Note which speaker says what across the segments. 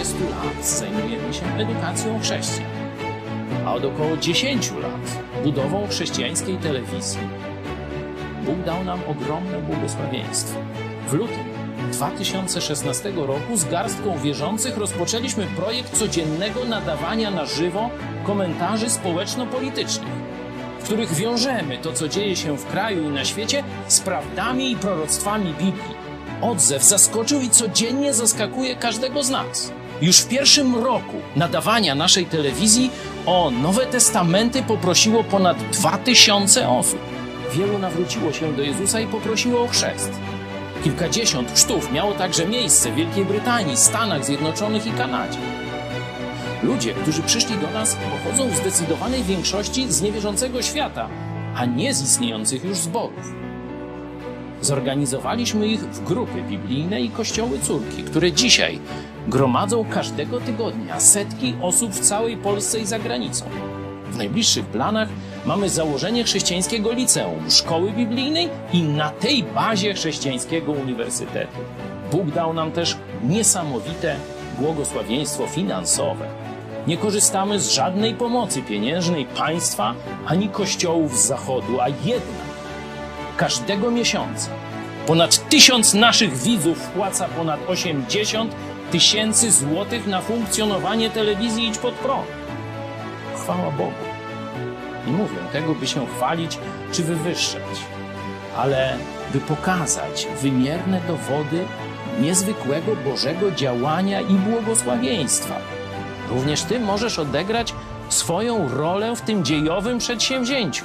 Speaker 1: 30 lat zajmujemy się edukacją chrześcijan, a od około 10 lat budową chrześcijańskiej telewizji. Bóg dał nam ogromne błogosławieństwo. W lutym 2016 roku z garstką wierzących rozpoczęliśmy projekt codziennego nadawania na żywo komentarzy społeczno-politycznych, w których wiążemy to, co dzieje się w kraju i na świecie, z prawdami i proroctwami Biblii. Odzew zaskoczył i codziennie zaskakuje każdego z nas. Już w pierwszym roku nadawania naszej telewizji o Nowe Testamenty poprosiło ponad 2000 osób. Wielu nawróciło się do Jezusa i poprosiło o chrzest. Kilkadziesiąt chrztów miało także miejsce w Wielkiej Brytanii, Stanach Zjednoczonych i Kanadzie. Ludzie, którzy przyszli do nas, pochodzą w zdecydowanej większości z niewierzącego świata, a nie z istniejących już zborów. Zorganizowaliśmy ich w grupy biblijne i kościoły córki, które dzisiaj gromadzą każdego tygodnia setki osób w całej Polsce i za granicą. W najbliższych planach mamy założenie chrześcijańskiego liceum, szkoły biblijnej i na tej bazie chrześcijańskiego uniwersytetu. Bóg dał nam też niesamowite błogosławieństwo finansowe. Nie korzystamy z żadnej pomocy pieniężnej państwa ani kościołów z zachodu, a jednak każdego miesiąca ponad 1000 naszych widzów wpłaca ponad 80 000 złotych na funkcjonowanie telewizji Idź Pod Prąd. Chwała Bogu. Nie mówię tego, by się chwalić czy wywyższać, ale by pokazać wymierne dowody niezwykłego Bożego działania i błogosławieństwa. Również Ty możesz odegrać swoją rolę w tym dziejowym przedsięwzięciu.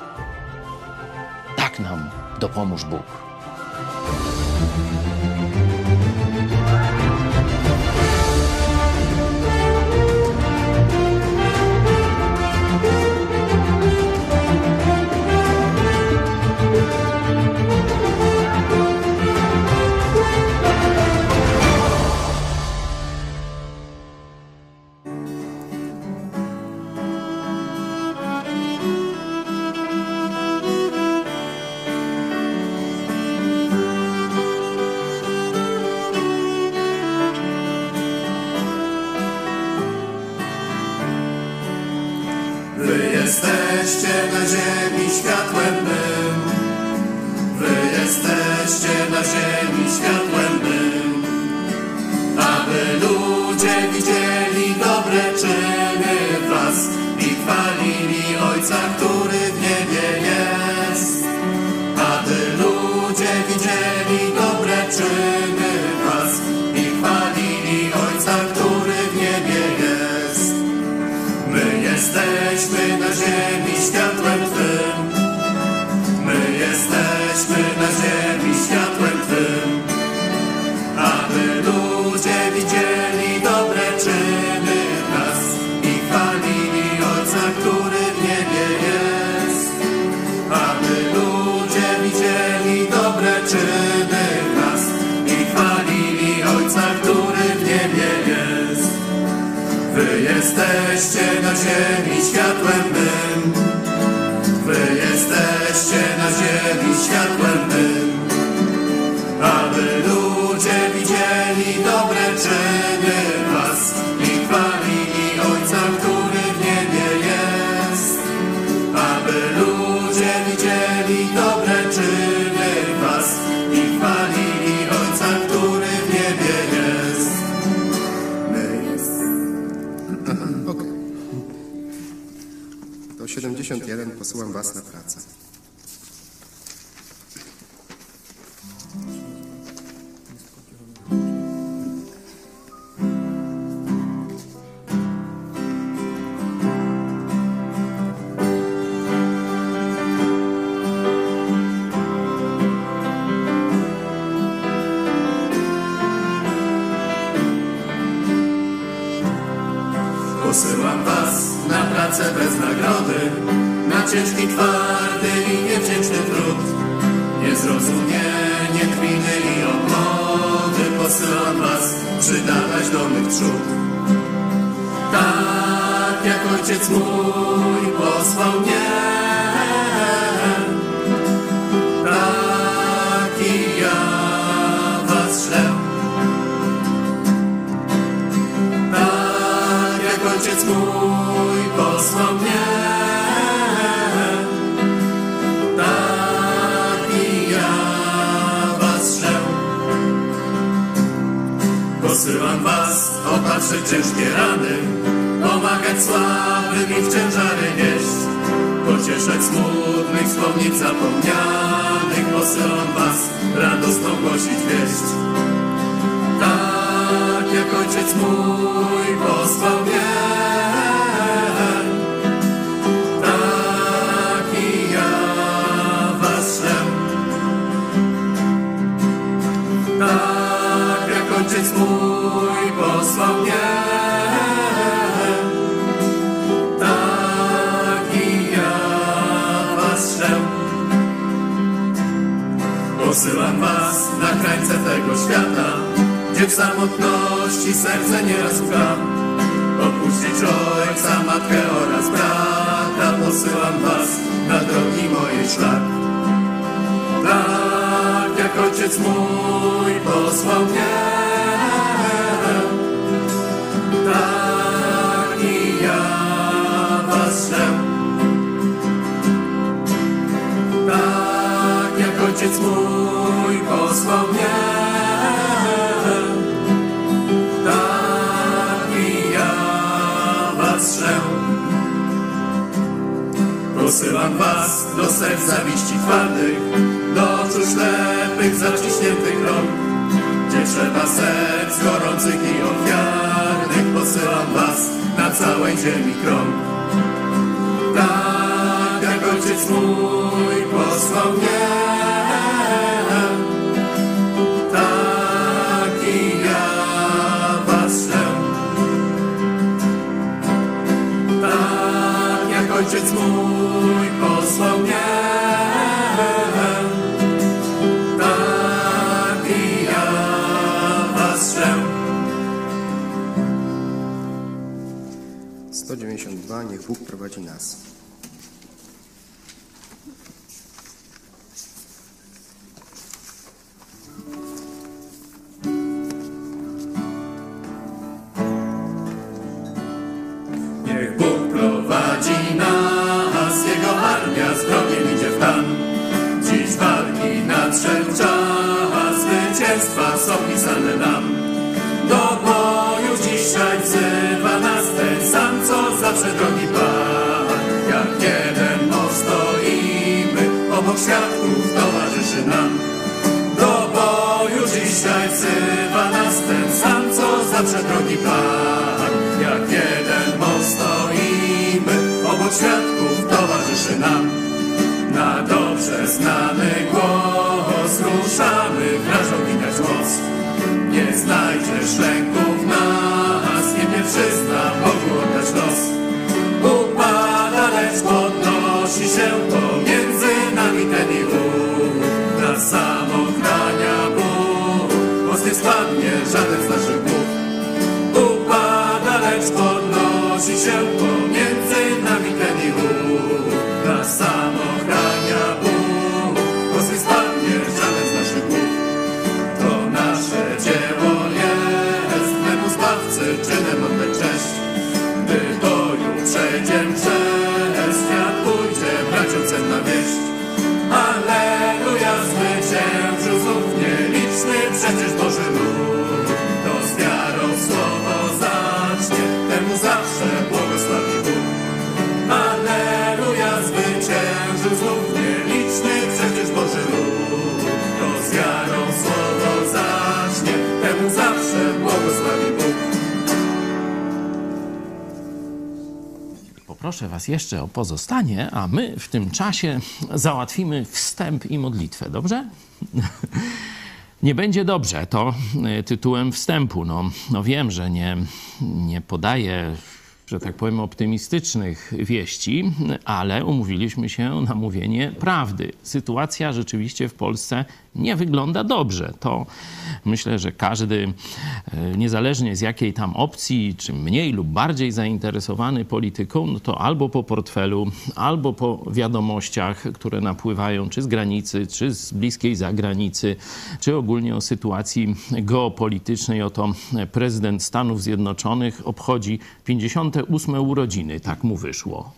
Speaker 1: Tak nam dopomóż Bóg.
Speaker 2: Jesteście na ziemi światłem mym. Wy jesteście na ziemi światłem mym. Aby ludzie widzieli dobre czyny w was i chwalili Ojca, który w niebie jest. Aby ludzie widzieli dobre czyny w was i chwalili Ojca, który w niebie jest. My jesteśmy na ziemi światłem Twym. My jesteśmy na ziemi światłem Twym. Aby ludzie widzieli dobre czyny w nas i chwalili Ojca, który w niebie jest. Aby ludzie widzieli dobre czyny w nas i chwalili Ojca, który w niebie jest. Wy jesteście na ziemi światłem mym. Wy jesteście na ziemi światłem mym. Aby ludzie widzieli dobre czyny w was i chwalili Ojca, który w niebie jest. Aby ludzie widzieli dobre czyny w was i chwalili Ojca, który w niebie jest.
Speaker 3: To 71 posyłam was na pracę.
Speaker 2: Posyłam was na pracę bez nagrody, na ciężki, twardy i niewdzięczny trud, niezrozumienie, kpiny i obmody. Posyłam was przydawać do mych trzód. Tak jak Ojciec mój posłał mnie, tak i ja was ślę. Ojciec mój posłał mnie, tak i ja was szlę. Posyłam was opatrzyć ciężkie rany, pomagać słabym i w ciężary nieść, pocieszać smutnych, wspomnieć zapomnianych. Posyłam was radosną głosić wieść. Tak jak Ojciec mój posłał mnie, tak i ja was szlę. Tak jak Ojciec mój posłał mnie, tak i ja was szlę. Posyłam was na krańce tego świata, gdzie w samotności serce nieraz łka. Opuścić ojca, matkę oraz brata. Posyłam was na drogi mojej szlak. Tak jak Ojciec mój posłał mnie, tak i ja was szlę. Tak jak Ojciec mój posłał mnie, tak i ja was szlę. Posyłam was do serc zawiści twardych, do oczu ślepych, zaciśniętych rąk, gdzie trzeba serc gorących i ofiarnych. Posyłam was na całej ziemi krąg. Tak jak Ojciec mój posłał mnie, tak i ja was szlę. Tak jak Ojciec mój posłał mnie, tak i ja was szlę.
Speaker 3: 192. Niech Bóg prowadzi nas.
Speaker 2: Niech Bóg prowadzi nas, Jego armia z wrogiem idzie w tam. Dziś walki nadszedł czas, zwycięstwa są pisane nam. Do boju dzisiaj wzywa nas ten sam, co zawsze drogi Pan. Jak jeden mąż stoimy, obok świadków towarzyszy nam. Do boju dzisiaj wzywa nas ten sam, co zawsze drogi Pan. Jak jeden mąż stoimy, obok świadków towarzyszy nam. Na dobrze znany głos ruszamy, wrażą widać moc. Nie znajdziesz lęków nas, nie przyzna Bogu oddać los. Upada, lecz podnosi się pomiędzy nami ten i ów. Na samochrania Bóg, most nie spadnie żaden z naszych głów. Upada, lecz podnosi się pomiędzy nami ten i ów. Na samochrania Bóg, most nie spadnie żaden z naszych głów. To nasze dzieło jest, temu Zbawcy czynem oddać cześć. Gdy boju przejdziem przez świat, pójdzie braciom cenna wieść. Alleluja, zwyciężył znów nieliczny przecież Boży lud. To z wiarą słowo zacznie, temu zawsze błogosławi Bóg. Alleluja, zwyciężył znów nieliczny przecież Boży lud. To z wiarą słowo zacznie, temu zawsze błogosławi Bóg.
Speaker 1: Poproszę was jeszcze o pozostanie, a my w tym czasie załatwimy wstęp i modlitwę, dobrze? Nie będzie dobrze, to tytułem wstępu. No wiem, że nie podaję, że tak powiem, optymistycznych wieści, ale umówiliśmy się na mówienie prawdy. Sytuacja rzeczywiście w Polsce nie wygląda dobrze. To myślę, że każdy, niezależnie z jakiej tam opcji, czy mniej lub bardziej zainteresowany polityką, no to albo po portfelu, albo po wiadomościach, które napływają czy z granicy, czy z bliskiej zagranicy, czy ogólnie o sytuacji geopolitycznej. Oto prezydent Stanów Zjednoczonych obchodzi 58 urodziny, tak mu wyszło.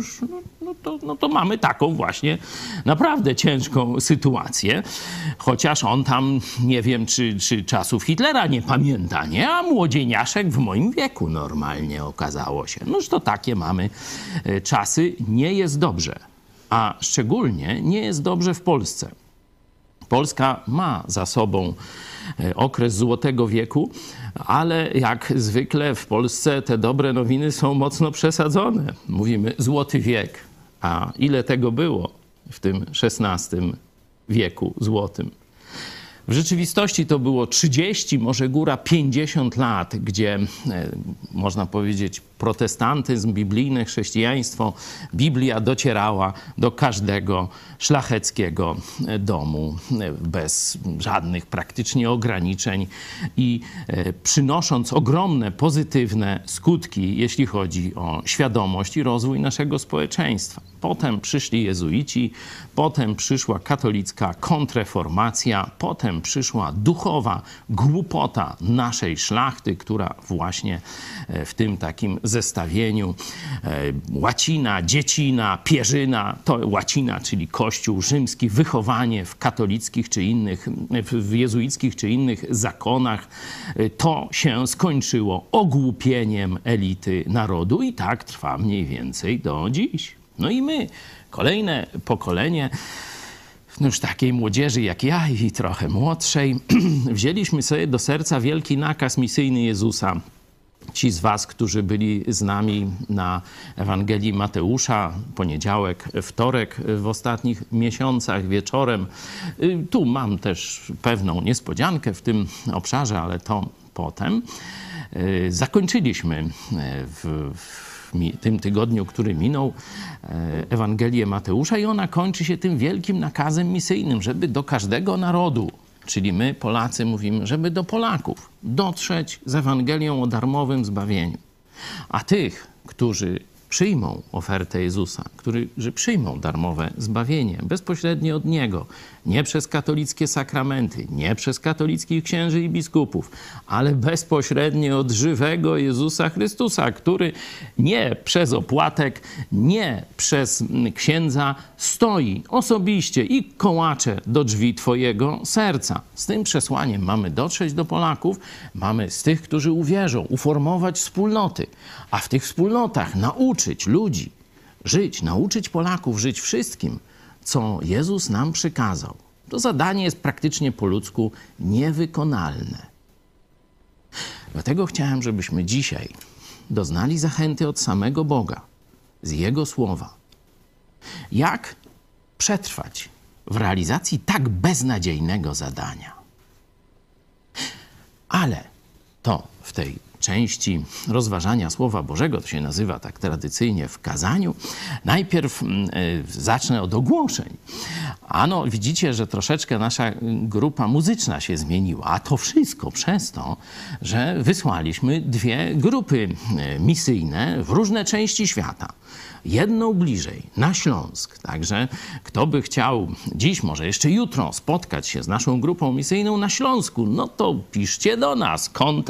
Speaker 1: No to mamy taką właśnie naprawdę ciężką sytuację. Chociaż on tam, nie wiem, czy czasów Hitlera nie pamięta, nie? A młodzieniaszek w moim wieku normalnie okazało się. Noż to takie mamy czasy. Nie jest dobrze. A szczególnie nie jest dobrze w Polsce. Polska ma za sobą okres złotego wieku, ale jak zwykle w Polsce te dobre nowiny są mocno przesadzone. Mówimy złoty wiek. A ile tego było w tym XVI wieku złotym? W rzeczywistości to było 30, może góra 50 lat, gdzie można powiedzieć protestantyzm, biblijne chrześcijaństwo, Biblia docierała do każdego szlacheckiego domu bez żadnych praktycznie ograniczeń i przynosząc ogromne pozytywne skutki, jeśli chodzi o świadomość i rozwój naszego społeczeństwa. Potem przyszli jezuici, potem przyszła katolicka kontreformacja, potem przyszła duchowa głupota naszej szlachty, która właśnie w tym takim zestawieniu łacina, dziecina, pierzyna, to łacina, czyli Kościół rzymski, wychowanie w katolickich czy innych, w jezuickich czy innych zakonach, to się skończyło ogłupieniem elity narodu i tak trwa mniej więcej do dziś. No i my, kolejne pokolenie, już takiej młodzieży jak ja i trochę młodszej, wzięliśmy sobie do serca wielki nakaz misyjny Jezusa. Ci z was, którzy byli z nami na Ewangelii Mateusza, poniedziałek, wtorek w ostatnich miesiącach wieczorem. Tu mam też pewną niespodziankę w tym obszarze, ale to potem. Zakończyliśmy w tym tygodniu, który minął, Ewangelię Mateusza i ona kończy się tym wielkim nakazem misyjnym, żeby do każdego narodu, czyli my Polacy mówimy, żeby do Polaków dotrzeć z Ewangelią o darmowym zbawieniu. A tych, którzy przyjmą ofertę Jezusa, którzy przyjmą darmowe zbawienie bezpośrednio od Niego, nie przez katolickie sakramenty, nie przez katolickich księży i biskupów, ale bezpośrednio od żywego Jezusa Chrystusa, który nie przez opłatek, nie przez księdza stoi osobiście i kołacze do drzwi twojego serca. Z tym przesłaniem mamy dotrzeć do Polaków, mamy z tych, którzy uwierzą, uformować wspólnoty, a w tych wspólnotach nauczyć ludzi żyć, nauczyć Polaków żyć wszystkim, co Jezus nam przykazał. To zadanie jest praktycznie po ludzku niewykonalne. Dlatego chciałem, żebyśmy dzisiaj doznali zachęty od samego Boga, z Jego słowa. Jak przetrwać w realizacji tak beznadziejnego zadania? Ale to w tej części rozważania Słowa Bożego, to się nazywa tak tradycyjnie w kazaniu, najpierw zacznę od ogłoszeń. Ano, widzicie, że troszeczkę nasza grupa muzyczna się zmieniła, a to wszystko przez to, że wysłaliśmy dwie grupy misyjne w różne części świata. Jedną bliżej, na Śląsk. Także kto by chciał dziś, może jeszcze jutro spotkać się z naszą grupą misyjną na Śląsku, no to piszcie do nas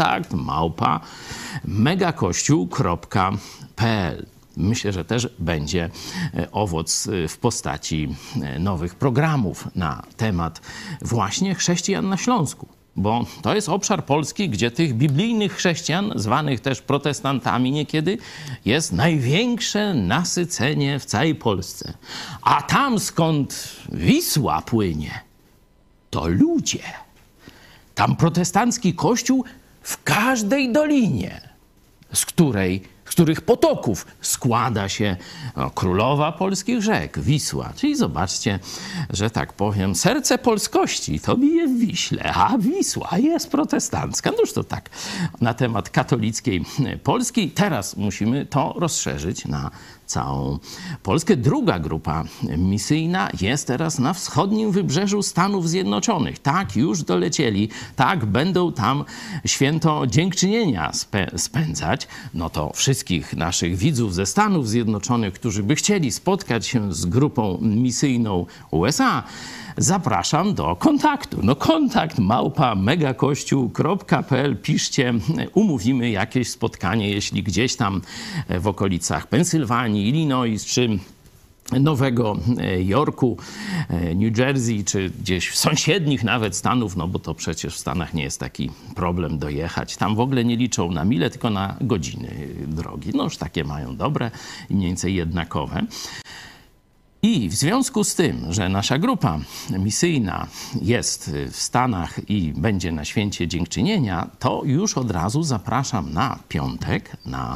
Speaker 1: kontakt@megakościół.pl. Myślę, że też będzie owoc w postaci nowych programów na temat właśnie chrześcijan na Śląsku. Bo to jest obszar Polski, gdzie tych biblijnych chrześcijan, zwanych też protestantami niekiedy, jest największe nasycenie w całej Polsce. A tam, skąd Wisła płynie, to ludzie. Tam protestancki kościół w każdej dolinie, z której z których potoków składa się królowa polskich rzek, Wisła. Czyli zobaczcie, że tak powiem, serce polskości to bije w Wiśle, a Wisła jest protestancka. No już to tak na temat katolickiej Polski. Teraz musimy to rozszerzyć na całą Polskę. Druga grupa misyjna jest teraz na wschodnim wybrzeżu Stanów Zjednoczonych. Tak, już dolecieli. Tak, będą tam święto dziękczynienia spędzać. No to wszystkich naszych widzów ze Stanów Zjednoczonych, którzy by chcieli spotkać się z grupą misyjną USA, zapraszam do kontaktu. No kontakt @megakościół.pl. Piszcie, umówimy jakieś spotkanie, jeśli gdzieś tam w okolicach Pensylwanii, Illinois czy Nowego Jorku, New Jersey, czy gdzieś w sąsiednich nawet Stanów, no bo to przecież w Stanach nie jest taki problem dojechać. Tam w ogóle nie liczą na mile, tylko na godziny drogi. No już takie mają dobre i mniej więcej jednakowe. I w związku z tym, że nasza grupa misyjna jest w Stanach i będzie na święcie dziękczynienia, to już od razu zapraszam na piątek na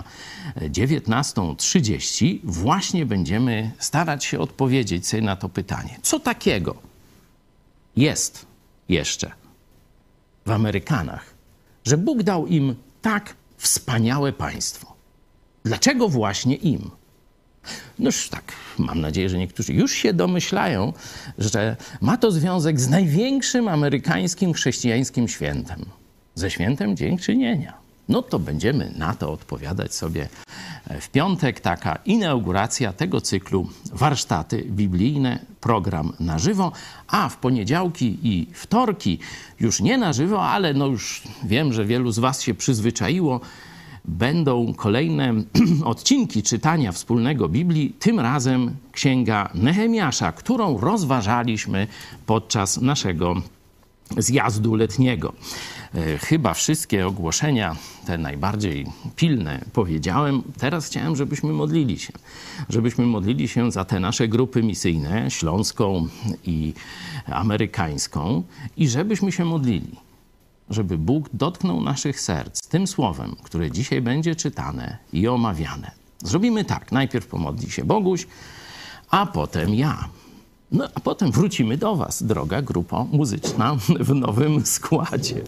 Speaker 1: 19:30. Właśnie będziemy starać się odpowiedzieć sobie na to pytanie. Co takiego jest jeszcze w Amerykanach, że Bóg dał im tak wspaniałe państwo? Dlaczego właśnie im? Noż tak, mam nadzieję, że niektórzy już się domyślają, że ma to związek z największym amerykańskim chrześcijańskim świętem. Ze świętem dziękczynienia. No to będziemy na to odpowiadać sobie w piątek. Taka inauguracja tego cyklu warsztaty biblijne, program na żywo, a w poniedziałki i wtorki już nie na żywo, ale no już wiem, że wielu z was się przyzwyczaiło, będą kolejne odcinki czytania wspólnego Biblii, tym razem Księga Nehemiasza, którą rozważaliśmy podczas naszego zjazdu letniego. Chyba wszystkie ogłoszenia, te najbardziej pilne, powiedziałem. Teraz chciałem, żebyśmy modlili się. Żebyśmy modlili się za te nasze grupy misyjne, śląską i amerykańską, i żebyśmy się modlili, żeby Bóg dotknął naszych serc tym słowem, które dzisiaj będzie czytane i omawiane. Zrobimy tak. Najpierw pomodli się Boguś, a potem ja. No, a potem wrócimy do was, droga grupo muzyczna w nowym składzie.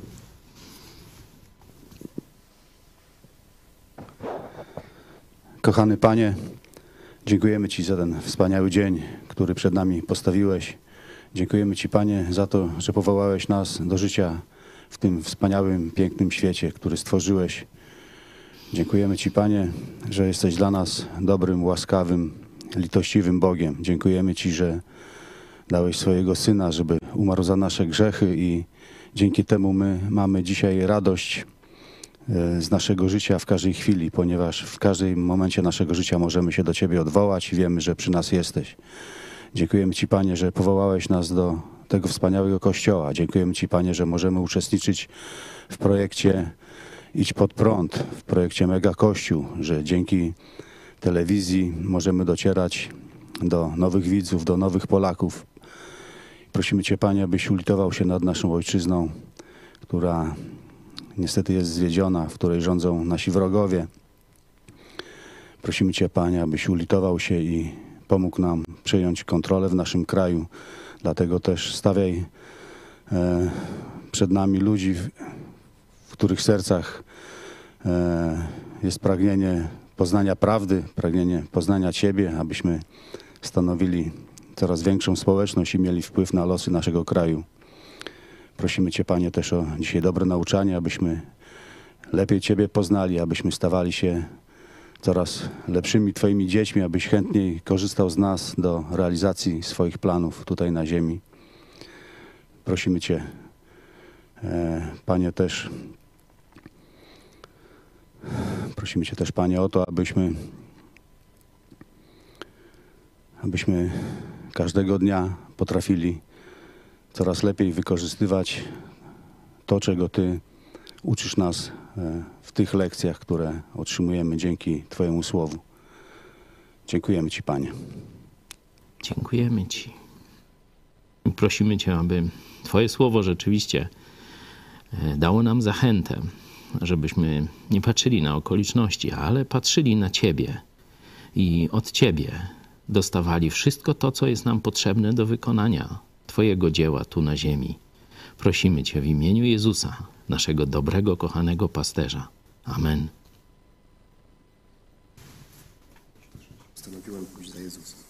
Speaker 4: Kochany Panie, dziękujemy Ci za ten wspaniały dzień, który przed nami postawiłeś. Dziękujemy Ci, Panie, za to, że powołałeś nas do życia w tym wspaniałym, pięknym świecie, który stworzyłeś. Dziękujemy Ci, Panie, że jesteś dla nas dobrym, łaskawym, litościwym Bogiem. Dziękujemy Ci, że dałeś swojego Syna, żeby umarł za nasze grzechy i dzięki temu my mamy dzisiaj radość z naszego życia w każdej chwili, ponieważ w każdym momencie naszego życia możemy się do Ciebie odwołać i wiemy, że przy nas jesteś. Dziękujemy Ci, Panie, że powołałeś nas do tego wspaniałego Kościoła. Dziękujemy Ci, Panie, że możemy uczestniczyć w projekcie Idź pod prąd, w projekcie Mega Kościół, że dzięki telewizji możemy docierać do nowych widzów, do nowych Polaków. Prosimy Cię, Panie, abyś ulitował się nad naszą ojczyzną, która niestety jest zwiedziona, w której rządzą nasi wrogowie. Prosimy Cię, Panie, abyś ulitował się i pomógł nam przejąć kontrolę w naszym kraju. Dlatego też stawiaj przed nami ludzi, w których sercach jest pragnienie poznania prawdy, pragnienie poznania Ciebie, abyśmy stanowili coraz większą społeczność i mieli wpływ na losy naszego kraju. Prosimy Cię, Panie, też o dzisiaj dobre nauczanie, abyśmy lepiej Ciebie poznali, abyśmy stawali się coraz lepszymi Twoimi dziećmi, abyś chętniej korzystał z nas do realizacji swoich planów tutaj na ziemi. Prosimy Cię, Panie, Panie, o to, abyśmy każdego dnia potrafili coraz lepiej wykorzystywać to, czego Ty uczysz nas w tych lekcjach, które otrzymujemy dzięki Twojemu Słowu. Dziękujemy Ci, Panie.
Speaker 1: Dziękujemy Ci. I prosimy Cię, aby Twoje Słowo rzeczywiście dało nam zachętę żebyśmy nie patrzyli na okoliczności, ale patrzyli na Ciebie i od Ciebie dostawali wszystko to, co jest nam potrzebne do wykonania Twojego dzieła tu na ziemi. Prosimy Cię w imieniu Jezusa, naszego dobrego, kochanego pasterza. Amen.
Speaker 3: Postanowiłem pójść za Jezusem.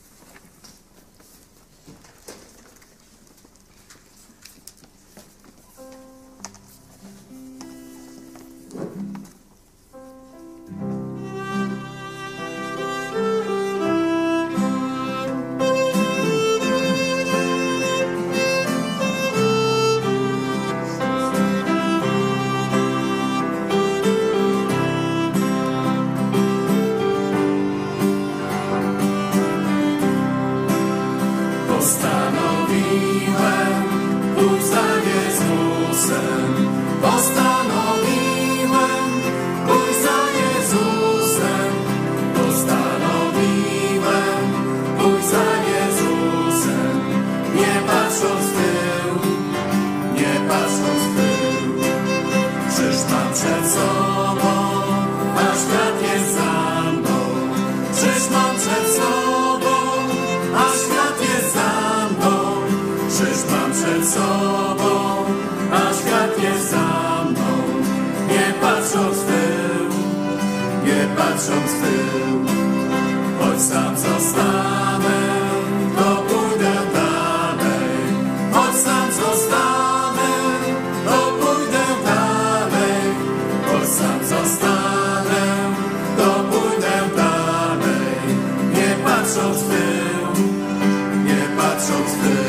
Speaker 2: Postanowiłem pójść za Jezusem. Postanowiłem pójść za Jezusem. Postanowiłem pójść za Jezusem. Nie patrząc w tył, nie patrząc w tył. Krzyż mam przed sobą, a świat jest za mną. Krzyż mam przed sobą, a świat jest za mną. Krzyż mam przed sobą, a świat jest za mną. Nie patrząc w tył, nie patrząc w tył. Choć sam zostanę, to pójdę dalej. Choć sam zostanę, to pójdę dalej. Choć sam zostanę, to pójdę dalej. Nie patrząc w tył, nie patrząc w tył.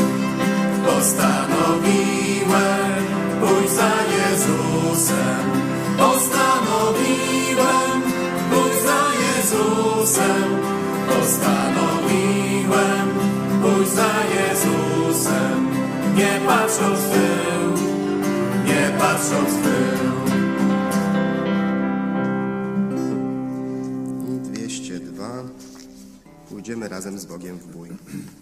Speaker 2: Postanowiłem pójść za Jezusem. Postanowiłem pójść za Jezusem. Postanowiłem pójść za Jezusem. Nie patrząc w tył, nie patrząc w tył.
Speaker 3: I 202. Pójdziemy razem z Bogiem w bój.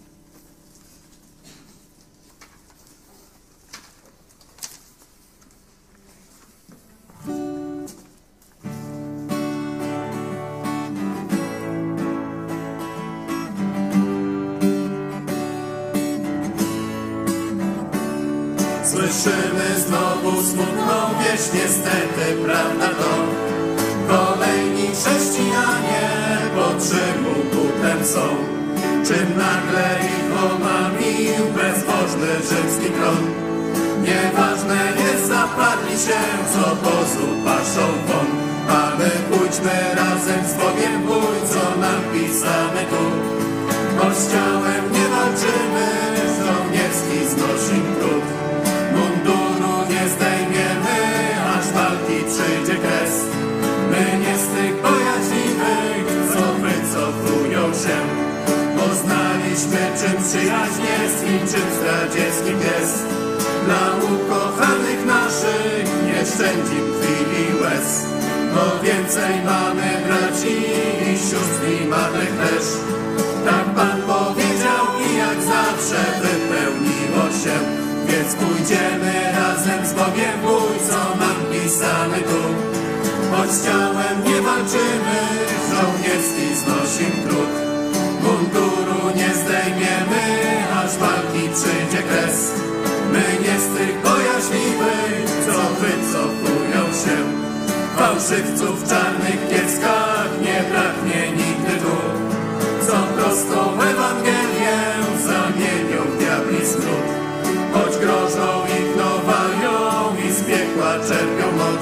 Speaker 2: Słyszymy znowu smutną wieść, niestety prawda to. Kolejni chrześcijanie pod Rzymu butem są. Czym nagle ich omamił bezbożny rzymski tron. Nieważne jest, zapadli się z obozu paszą won. A my pójdźmy razem z Bogiem w bój, co napisane tu. Choć z ciałem nie walczymy, żołnierski znosi trud. Munduru nie zdejmiemy, aż walki przyjdzie kres. My nie z tych bojaźliwych, co wycofują się. Poznaliśmy, czym przyjaźń jest i czym zdradzieckim jest. Dla ukochanych naszych nie szczędzim chwili łez. Bo więcej mamy braci i sióstr i matek też. Tak Pan powiedział i jak zawsze wypełniło się. Więc pójdziemy razem z Bogiem w bój, co nam pisane tu. Choć z ciałem nie walczymy, żołnierski znosimy trud. Munduru nie zdejmiemy, aż walki przyjdzie kres. My nie z tych bojaźliwych, co wycofują się. Fałszywców w czarnych pieskach nie braknie nigdy tu. Co prostą Ewangelię zamienią w diabli smród. Choć grożą i gnowają i z piekła czerpią moc.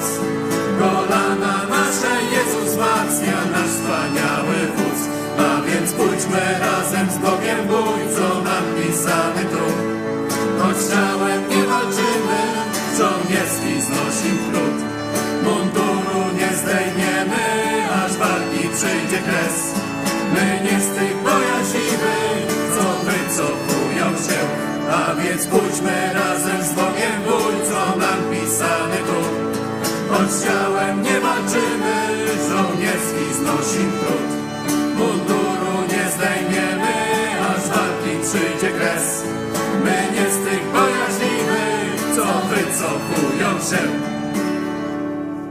Speaker 2: Kolana nasze Jezus wzmacnia, nasz wspaniały wódz. A więc pójdźmy razem z Bogiem w bój, co nam pisane tu. Choć z ciałem nie walczymy, żołnierski znosimy trud. Munduru nie zdejmiemy, aż walki przyjdzie kres. My nie z tych bojaźliwych, co wycofują się. A więc pójdźmy razem z Bogiem w bój, co nam pisane tu. Choć z ciałem nie walczymy, żołnierski znosimy trud. Munduru nie zdejmiemy, aż walki przyjdzie kres. My nie z tych bojaźliwych, co wycofują się.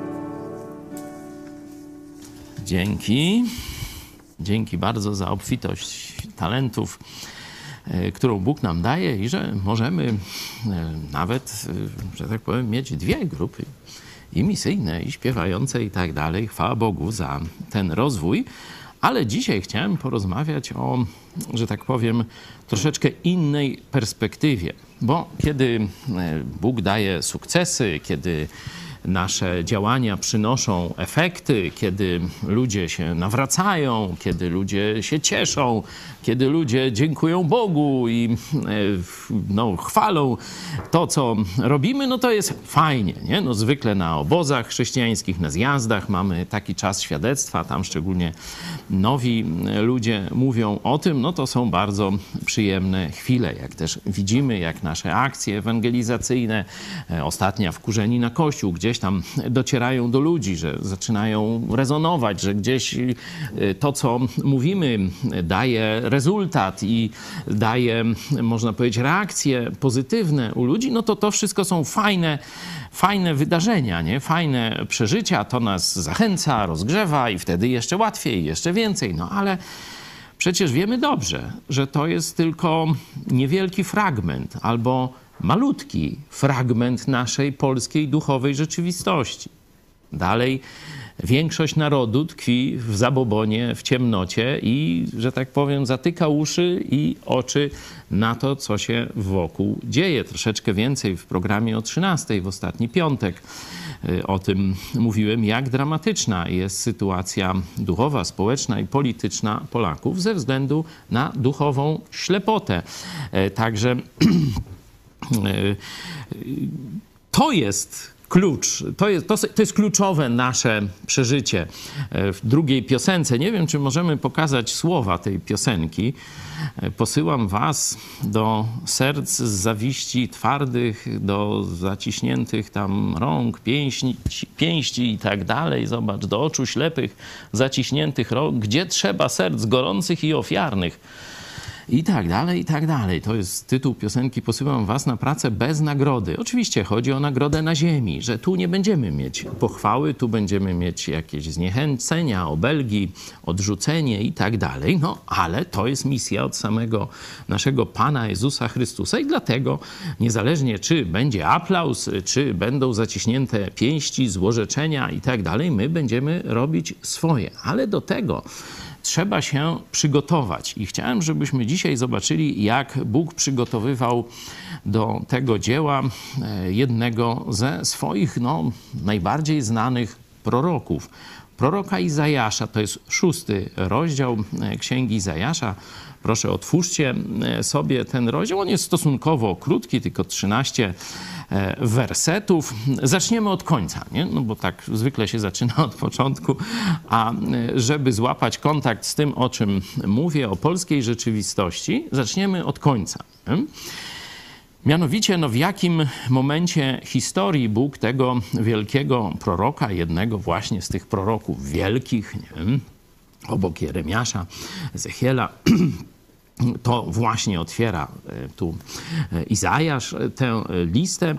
Speaker 1: Dzięki. Dzięki bardzo za obfitość talentów, którą Bóg nam daje i że możemy nawet, że tak powiem, mieć dwie grupy. I misyjne, i śpiewające, i tak dalej. Chwała Bogu za ten rozwój. Ale dzisiaj chciałem porozmawiać o, że tak powiem, troszeczkę innej perspektywie. Bo kiedy Bóg daje sukcesy, kiedy nasze działania przynoszą efekty, kiedy ludzie się nawracają, kiedy ludzie się cieszą, kiedy ludzie dziękują Bogu i chwalą to, co robimy, no to jest fajnie, nie? No zwykle na obozach chrześcijańskich, na zjazdach mamy taki czas świadectwa, tam szczególnie nowi ludzie mówią o tym, no to są bardzo przyjemne chwile, jak też widzimy, jak nasze akcje ewangelizacyjne, ostatnia Wkurzeni na Kościół, gdzieś tam docierają do ludzi, że zaczynają rezonować, że gdzieś to, co mówimy, daje rezultat i daje, można powiedzieć, reakcje pozytywne u ludzi, no to wszystko są fajne wydarzenia, nie? Fajne przeżycia, to nas zachęca, rozgrzewa i wtedy jeszcze łatwiej, jeszcze więcej. No ale przecież wiemy dobrze, że to jest tylko niewielki fragment albo malutki fragment naszej polskiej duchowej rzeczywistości. Dalej większość narodu tkwi w zabobonie, w ciemnocie i, że tak powiem, zatyka uszy i oczy na to, co się wokół dzieje. Troszeczkę więcej w programie o 13:00 w ostatni piątek o tym mówiłem, jak dramatyczna jest sytuacja duchowa, społeczna i polityczna Polaków ze względu na duchową ślepotę. Także to jest klucz, to jest kluczowe nasze przeżycie. W drugiej piosence, nie wiem, czy możemy pokazać słowa tej piosenki. Posyłam was do serc z zawiści twardych, do zaciśniętych tam rąk, pięści i tak dalej. Zobacz, do oczu ślepych, zaciśniętych rąk, gdzie trzeba serc gorących i ofiarnych. I tak dalej, i tak dalej. To jest tytuł piosenki Posyłam was na pracę bez nagrody. Oczywiście chodzi o nagrodę na ziemi, że tu nie będziemy mieć pochwały, tu będziemy mieć jakieś zniechęcenia, obelgi, odrzucenie i tak dalej. No, ale to jest misja od samego naszego Pana Jezusa Chrystusa i dlatego niezależnie czy będzie aplauz, czy będą zaciśnięte pięści, złorzeczenia i tak dalej, my będziemy robić swoje. Ale do tego trzeba się przygotować i chciałem, żebyśmy dzisiaj zobaczyli, jak Bóg przygotowywał do tego dzieła jednego ze swoich najbardziej znanych proroków. Proroka Izajasza, to jest 6. rozdział Księgi Izajasza. Proszę, otwórzcie sobie ten rozdział. On jest stosunkowo krótki, tylko 13 wersetów. Zaczniemy od końca, nie? No bo tak zwykle się zaczyna od początku, a żeby złapać kontakt z tym, o czym mówię, o polskiej rzeczywistości, zaczniemy od końca. Nie? Mianowicie, w jakim momencie historii Bóg tego wielkiego proroka, jednego właśnie z tych proroków wielkich, nie? Obok Jeremiasza, Ezechiela, to właśnie otwiera tu Izajasz tę listę.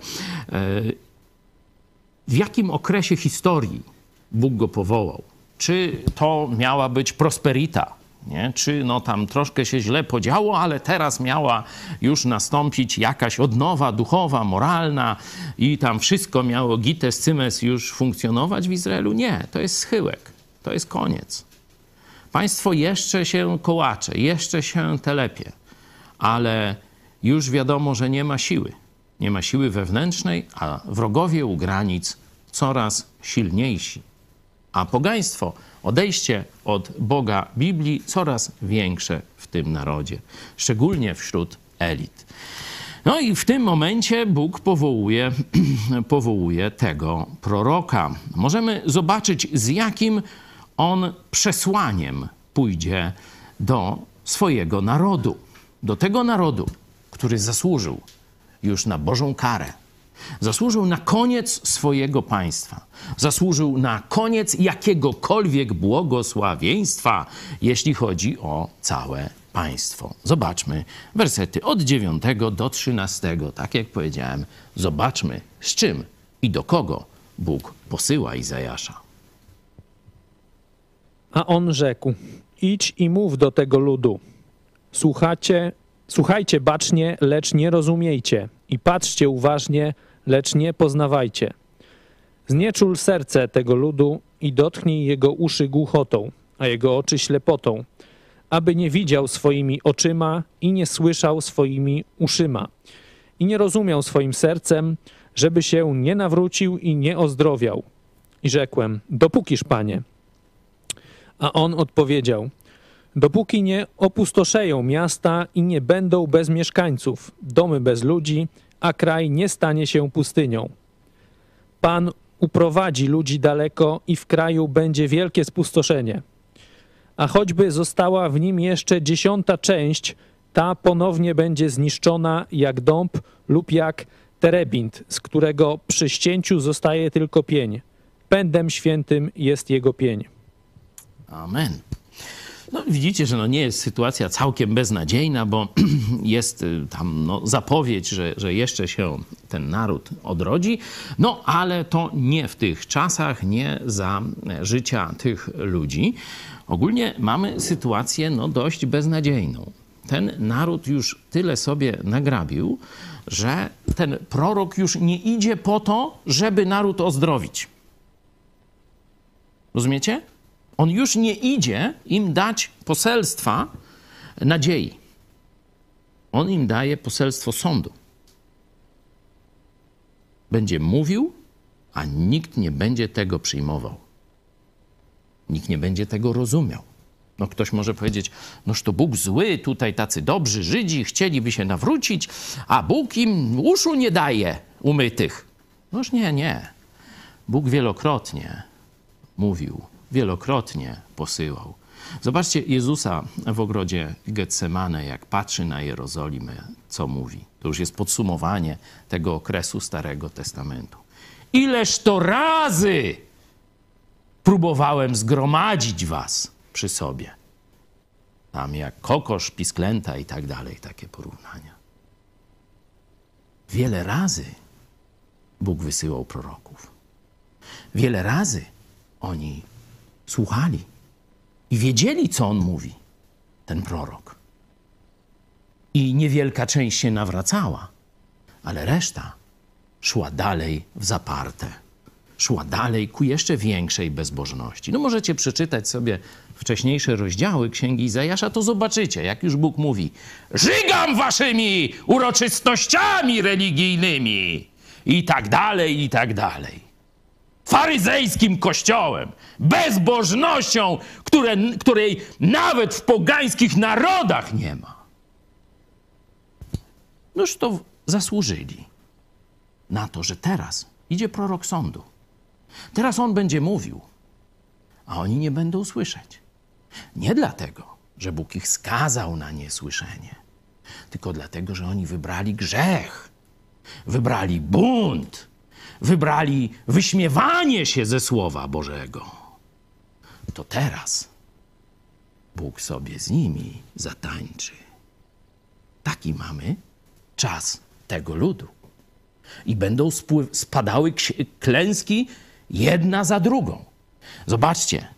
Speaker 1: W jakim okresie historii Bóg go powołał? Czy to miała być prosperita? Nie? Czy tam troszkę się źle podziało, ale teraz miała już nastąpić jakaś odnowa duchowa, moralna i tam wszystko miało gites cymes już funkcjonować w Izraelu? Nie, to jest schyłek, to jest koniec. Państwo jeszcze się kołacze, jeszcze się telepie, ale już wiadomo, że nie ma siły. Nie ma siły wewnętrznej, a wrogowie u granic coraz silniejsi. A pogaństwo, odejście od Boga Biblii coraz większe w tym narodzie, szczególnie wśród elit. No i w tym momencie Bóg powołuje tego proroka. Możemy zobaczyć, z jakim on przesłaniem pójdzie do swojego narodu. Do tego narodu, który zasłużył już na Bożą karę. Zasłużył na koniec swojego państwa. Zasłużył na koniec jakiegokolwiek błogosławieństwa, jeśli chodzi o całe państwo. Zobaczmy wersety od 9 do 13. Tak jak powiedziałem, zobaczmy z czym i do kogo Bóg posyła Izajasza.
Speaker 5: A on rzekł: idź i mów do tego ludu. Słuchajcie bacznie, lecz nie rozumiejcie, i patrzcie uważnie, lecz nie poznawajcie. Znieczul serce tego ludu i dotknij jego uszy głuchotą, a jego oczy ślepotą, aby nie widział swoimi oczyma i nie słyszał swoimi uszyma i nie rozumiał swoim sercem, żeby się nie nawrócił i nie ozdrowiał. I rzekłem: dopókiż, Panie? A on odpowiedział: dopóki nie opustoszeją miasta i nie będą bez mieszkańców, domy bez ludzi, a kraj nie stanie się pustynią. Pan uprowadzi ludzi daleko i w kraju będzie wielkie spustoszenie. A choćby została w nim jeszcze 10. część, ta ponownie będzie zniszczona jak dąb lub jak terebint, z którego przy ścięciu zostaje tylko pień. Pędem świętym jest jego pień.
Speaker 1: Amen. No, widzicie, że nie jest sytuacja całkiem beznadziejna, bo jest tam zapowiedź, że jeszcze się ten naród odrodzi, no ale to nie w tych czasach, nie za życia tych ludzi. Ogólnie mamy sytuację dość beznadziejną. Ten naród już tyle sobie nagrabił, że ten prorok już nie idzie po to, żeby naród ozdrowić. Rozumiecie? On już nie idzie im dać poselstwa nadziei. On im daje poselstwo sądu. Będzie mówił, a nikt nie będzie tego przyjmował. Nikt nie będzie tego rozumiał. Ktoś może powiedzieć: noż to Bóg zły, tutaj tacy dobrzy Żydzi chcieliby się nawrócić, a Bóg im uszu nie daje umytych. Noż nie. Bóg wielokrotnie mówił, wielokrotnie posyłał. Zobaczcie Jezusa w ogrodzie Getsemane, jak patrzy na Jerozolimę, co mówi. To już jest podsumowanie tego okresu Starego Testamentu. Ileż to razy próbowałem zgromadzić was przy sobie. Tam jak kokosz, pisklęta i tak dalej, takie porównania. Wiele razy Bóg wysyłał proroków. Wiele razy oni słuchali i wiedzieli, co on mówi, ten prorok. I niewielka część się nawracała, ale reszta szła dalej w zaparte. Szła dalej ku jeszcze większej bezbożności. Możecie przeczytać sobie wcześniejsze rozdziały Księgi Izajasza, to zobaczycie, jak już Bóg mówi: żygam waszymi uroczystościami religijnymi i tak dalej, i tak dalej. Faryzejskim kościołem, bezbożnością, której nawet w pogańskich narodach nie ma. Noż to zasłużyli na to, że teraz idzie prorok sądu. Teraz on będzie mówił, a oni nie będą słyszeć. Nie dlatego, że Bóg ich skazał na niesłyszenie, tylko dlatego, że oni wybrali grzech, wybrali bunt, wybrali wyśmiewanie się ze Słowa Bożego. To teraz Bóg sobie z nimi zatańczy. Taki mamy czas tego ludu. I będą spadały klęski jedna za drugą. Zobaczcie,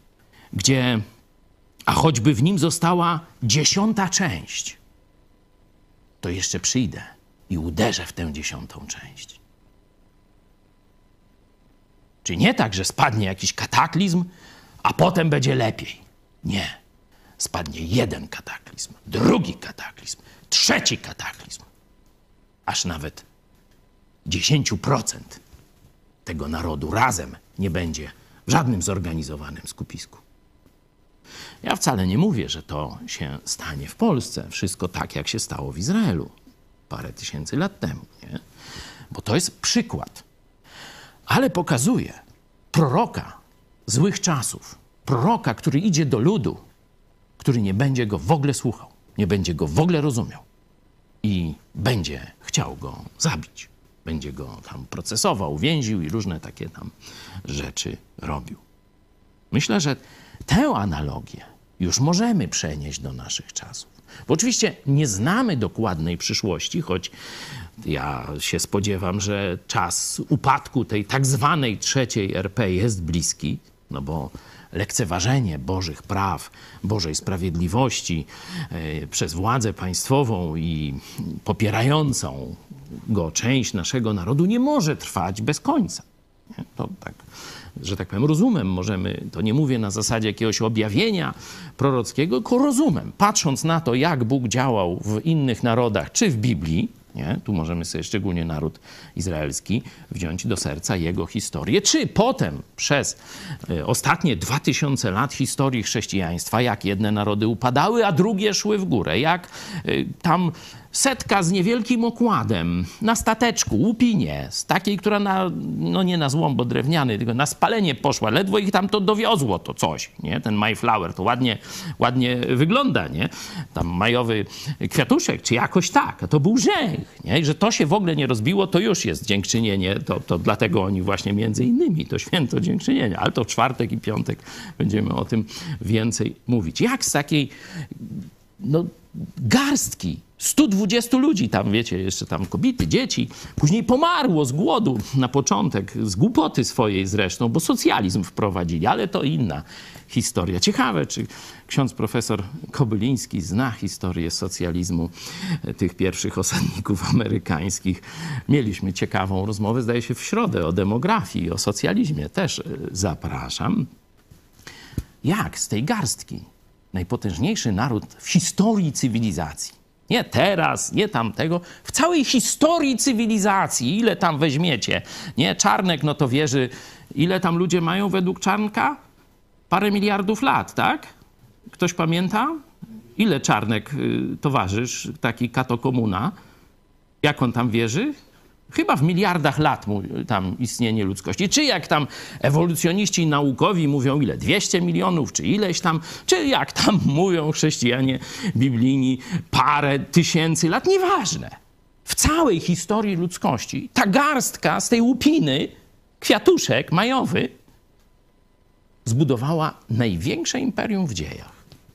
Speaker 1: a choćby w nim została 10. część, to jeszcze przyjdę i uderzę w tę 10. część. Czyli nie tak, że spadnie jakiś kataklizm, a potem będzie lepiej. Nie. Spadnie jeden kataklizm, drugi kataklizm, trzeci kataklizm. Aż nawet 10% tego narodu razem nie będzie w żadnym zorganizowanym skupisku. Ja wcale nie mówię, że to się stanie w Polsce. Wszystko tak, jak się stało w Izraelu parę tysięcy lat temu. Nie? Bo to jest przykład. Ale pokazuje proroka złych czasów. Proroka, który idzie do ludu, który nie będzie go w ogóle słuchał, nie będzie go w ogóle rozumiał i będzie chciał go zabić. Będzie go tam procesował, więził i różne takie tam rzeczy robił. Myślę, że tę analogię już możemy przenieść do naszych czasów. Bo oczywiście nie znamy dokładnej przyszłości, choć ja się spodziewam, że czas upadku tej tak zwanej trzeciej RP jest bliski, no bo lekceważenie Bożych praw, Bożej sprawiedliwości przez władzę państwową i popierającą go część naszego narodu nie może trwać bez końca. Nie? To tak, że tak powiem, rozumem możemy, to nie mówię na zasadzie jakiegoś objawienia prorockiego, tylko rozumem. Patrząc na to, jak Bóg działał w innych narodach, czy w Biblii, nie? Tu możemy sobie szczególnie naród izraelski wziąć do serca jego historię, czy potem przez ostatnie 2000 lat historii chrześcijaństwa, jak jedne narody upadały, a drugie szły w górę, jak tam setka z niewielkim okładem na stateczku, łupinie, z takiej, która no nie na złom, bo drewniany, tylko na spalenie poszła, ledwo ich tam to dowiozło, to coś, nie? Ten Mayflower, to ładnie wygląda, nie? Tam majowy kwiatuszek, czy jakoś tak, a to był grzech, nie? I że to się w ogóle nie rozbiło, to już jest dziękczynienie, to dlatego oni właśnie między innymi, to święto dziękczynienia, ale to w czwartek i piątek będziemy o tym więcej mówić. Jak z takiej, no, garstki 120 ludzi, tam wiecie, jeszcze tam kobiety, dzieci, później pomarło z głodu na początek, z głupoty swojej zresztą, bo socjalizm wprowadzili, ale to inna historia. Ciekawe, czy ksiądz profesor Kobyliński zna historię socjalizmu tych pierwszych osadników amerykańskich. Mieliśmy ciekawą rozmowę, zdaje się, w środę o demografii, o socjalizmie. Też zapraszam. Jak z tej garstki najpotężniejszy naród w historii cywilizacji, nie teraz, nie tamtego, w całej historii cywilizacji, ile tam weźmiecie, nie? Czarnek, no to wierzy, ile tam ludzie mają według Czarnka? Parę miliardów lat, tak? Ktoś pamięta? Ile Czarnek, towarzysz, taki Kato Komuna, jak on tam wierzy? Chyba w miliardach lat tam istnienie ludzkości. Czy jak tam ewolucjoniści naukowi mówią ile? 200 milionów, czy ileś tam, czy jak tam mówią chrześcijanie biblijni, parę tysięcy lat, nieważne. W całej historii ludzkości ta garstka z tej łupiny, kwiatuszek majowy, zbudowała największe imperium w dziejach.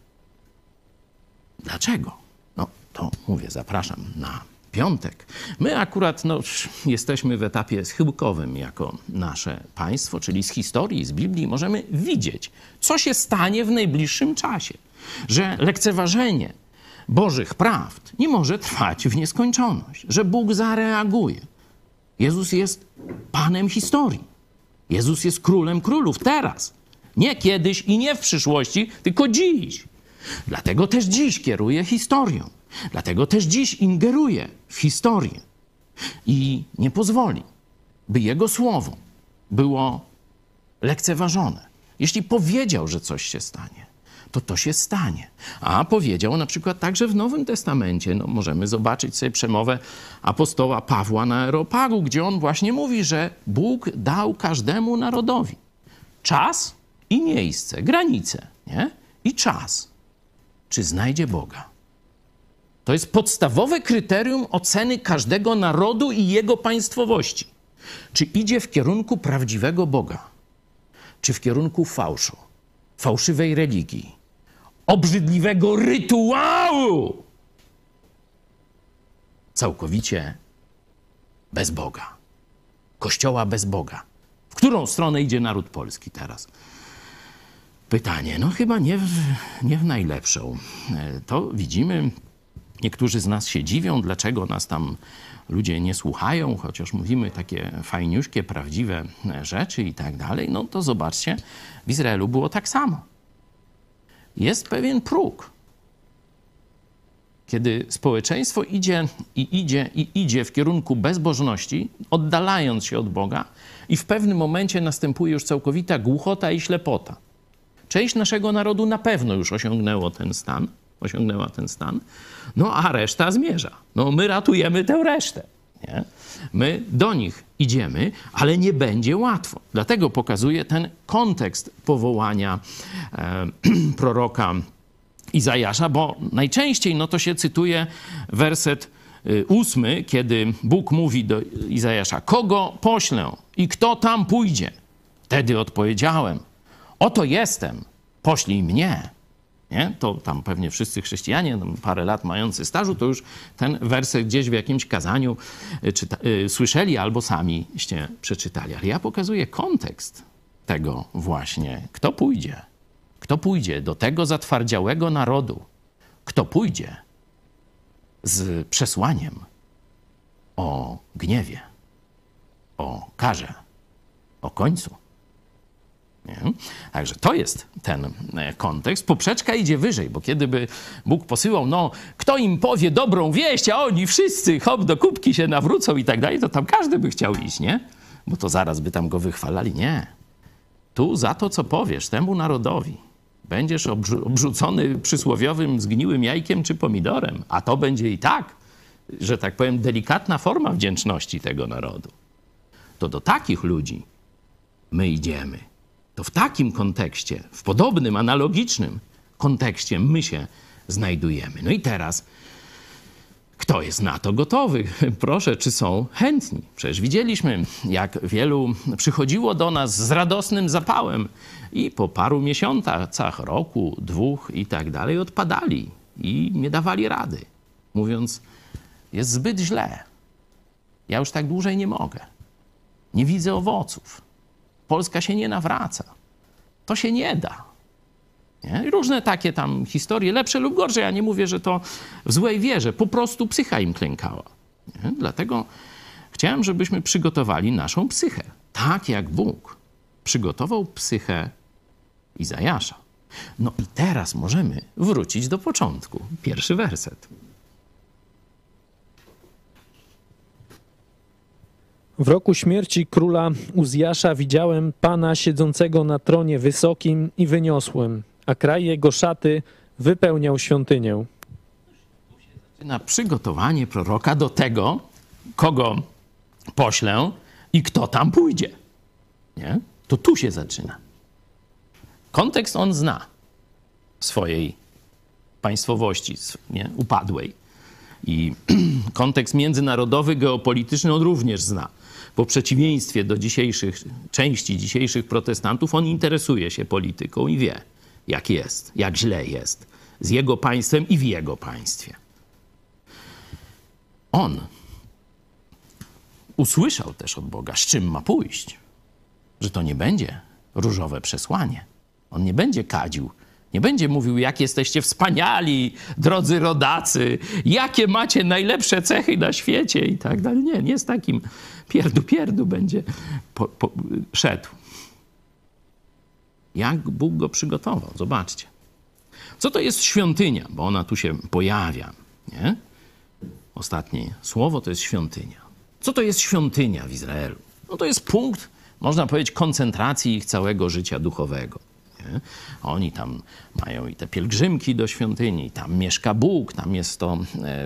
Speaker 1: Dlaczego? No to mówię, zapraszam na piątek. My akurat jesteśmy w etapie schyłkowym jako nasze państwo, czyli z historii, z Biblii możemy widzieć, co się stanie w najbliższym czasie. Że lekceważenie Bożych prawd nie może trwać w nieskończoność, że Bóg zareaguje. Jezus jest Panem historii. Jezus jest Królem Królów teraz. Nie kiedyś i nie w przyszłości, tylko dziś. Dlatego też dziś kieruje historią. Dlatego też dziś ingeruje w historię i nie pozwoli, by Jego słowo było lekceważone. Jeśli powiedział, że coś się stanie, to się stanie. A powiedział na przykład także w Nowym Testamencie, no możemy zobaczyć sobie przemowę apostoła Pawła na Areopagu, gdzie on właśnie mówi, że Bóg dał każdemu narodowi czas i miejsce, granice, nie? I czas. Czy znajdzie Boga? To jest podstawowe kryterium oceny każdego narodu i jego państwowości. Czy idzie w kierunku prawdziwego Boga? Czy w kierunku fałszu, fałszywej religii, obrzydliwego rytuału? Całkowicie bez Boga. Kościoła bez Boga. W którą stronę idzie naród polski teraz? Pytanie, no chyba nie w najlepszą. To widzimy. Niektórzy z nas się dziwią, dlaczego nas tam ludzie nie słuchają, chociaż mówimy takie fajniuszkie, prawdziwe rzeczy i tak dalej. No to zobaczcie, w Izraelu było tak samo. Jest pewien próg. Kiedy społeczeństwo idzie w kierunku bezbożności, oddalając się od Boga i w pewnym momencie następuje już całkowita głuchota i ślepota. Część naszego narodu na pewno już osiągnęła ten stan, no a reszta zmierza. No my ratujemy tę resztę, nie? My do nich idziemy, ale nie będzie łatwo. Dlatego pokazuje ten kontekst powołania proroka Izajasza, bo najczęściej to się cytuje werset 8, kiedy Bóg mówi do Izajasza, kogo poślę i kto tam pójdzie? Wtedy odpowiedziałem, oto jestem, poślij mnie. Nie? To tam pewnie wszyscy chrześcijanie, parę lat mający stażu, to już ten werset gdzieś w jakimś kazaniu słyszeli albo samiście przeczytali. Ale ja pokazuję kontekst tego właśnie, kto pójdzie. Kto pójdzie do tego zatwardziałego narodu? Kto pójdzie z przesłaniem o gniewie, o karze, o końcu? Nie? Także to jest ten kontekst. Poprzeczka idzie wyżej, bo kiedy by Bóg posyłał, no kto im powie dobrą wieść, a oni wszyscy hop do kubki się nawrócą i tak dalej, to tam każdy by chciał iść, nie? Bo to zaraz by tam go wychwalali. Nie. Tu za to, co powiesz temu narodowi, będziesz obrzucony przysłowiowym zgniłym jajkiem czy pomidorem, a to będzie i tak, że tak powiem, delikatna forma wdzięczności tego narodu. To do takich ludzi my idziemy. To w takim kontekście, w podobnym, analogicznym kontekście my się znajdujemy. No i teraz, kto jest na to gotowy? Proszę, czy są chętni? Przecież widzieliśmy, jak wielu przychodziło do nas z radosnym zapałem i po paru miesiącach, roku, 2 i tak dalej odpadali i nie dawali rady, mówiąc, jest zbyt źle. Ja już tak dłużej nie mogę. Nie widzę owoców. Polska się nie nawraca. To się nie da. Nie? Różne takie tam historie, lepsze lub gorsze. Ja nie mówię, że to w złej wierze. Po prostu psycha im klękała. Nie? Dlatego chciałem, żebyśmy przygotowali naszą psychę. Tak jak Bóg przygotował psychę Izajasza. No i teraz możemy wrócić do początku. Pierwszy werset.
Speaker 5: W roku śmierci króla Uzjasza widziałem Pana siedzącego na tronie wysokim i wyniosłym, a kraj jego szaty wypełniał świątynię.
Speaker 1: Na przygotowanie proroka do tego, kogo poślę i kto tam pójdzie. Nie? To tu się zaczyna. Kontekst on zna swojej państwowości, nie? Upadłej. I kontekst międzynarodowy, geopolityczny on również zna. Po przeciwieństwie do części dzisiejszych protestantów, on interesuje się polityką i wie, jak jest, jak źle jest z jego państwem i w jego państwie. On usłyszał też od Boga, z czym ma pójść, że to nie będzie różowe przesłanie. On nie będzie kadził, nie będzie mówił, jak jesteście wspaniali, drodzy rodacy, jakie macie najlepsze cechy na świecie i tak dalej. Nie z takim pierdu będzie szedł. Jak Bóg go przygotował? Zobaczcie. Co to jest świątynia? Bo ona tu się pojawia. Nie? Ostatnie słowo to jest świątynia. Co to jest świątynia w Izraelu? No to jest punkt, można powiedzieć, koncentracji ich całego życia duchowego. Nie? Oni tam mają i te pielgrzymki do świątyni, tam mieszka Bóg, tam jest to,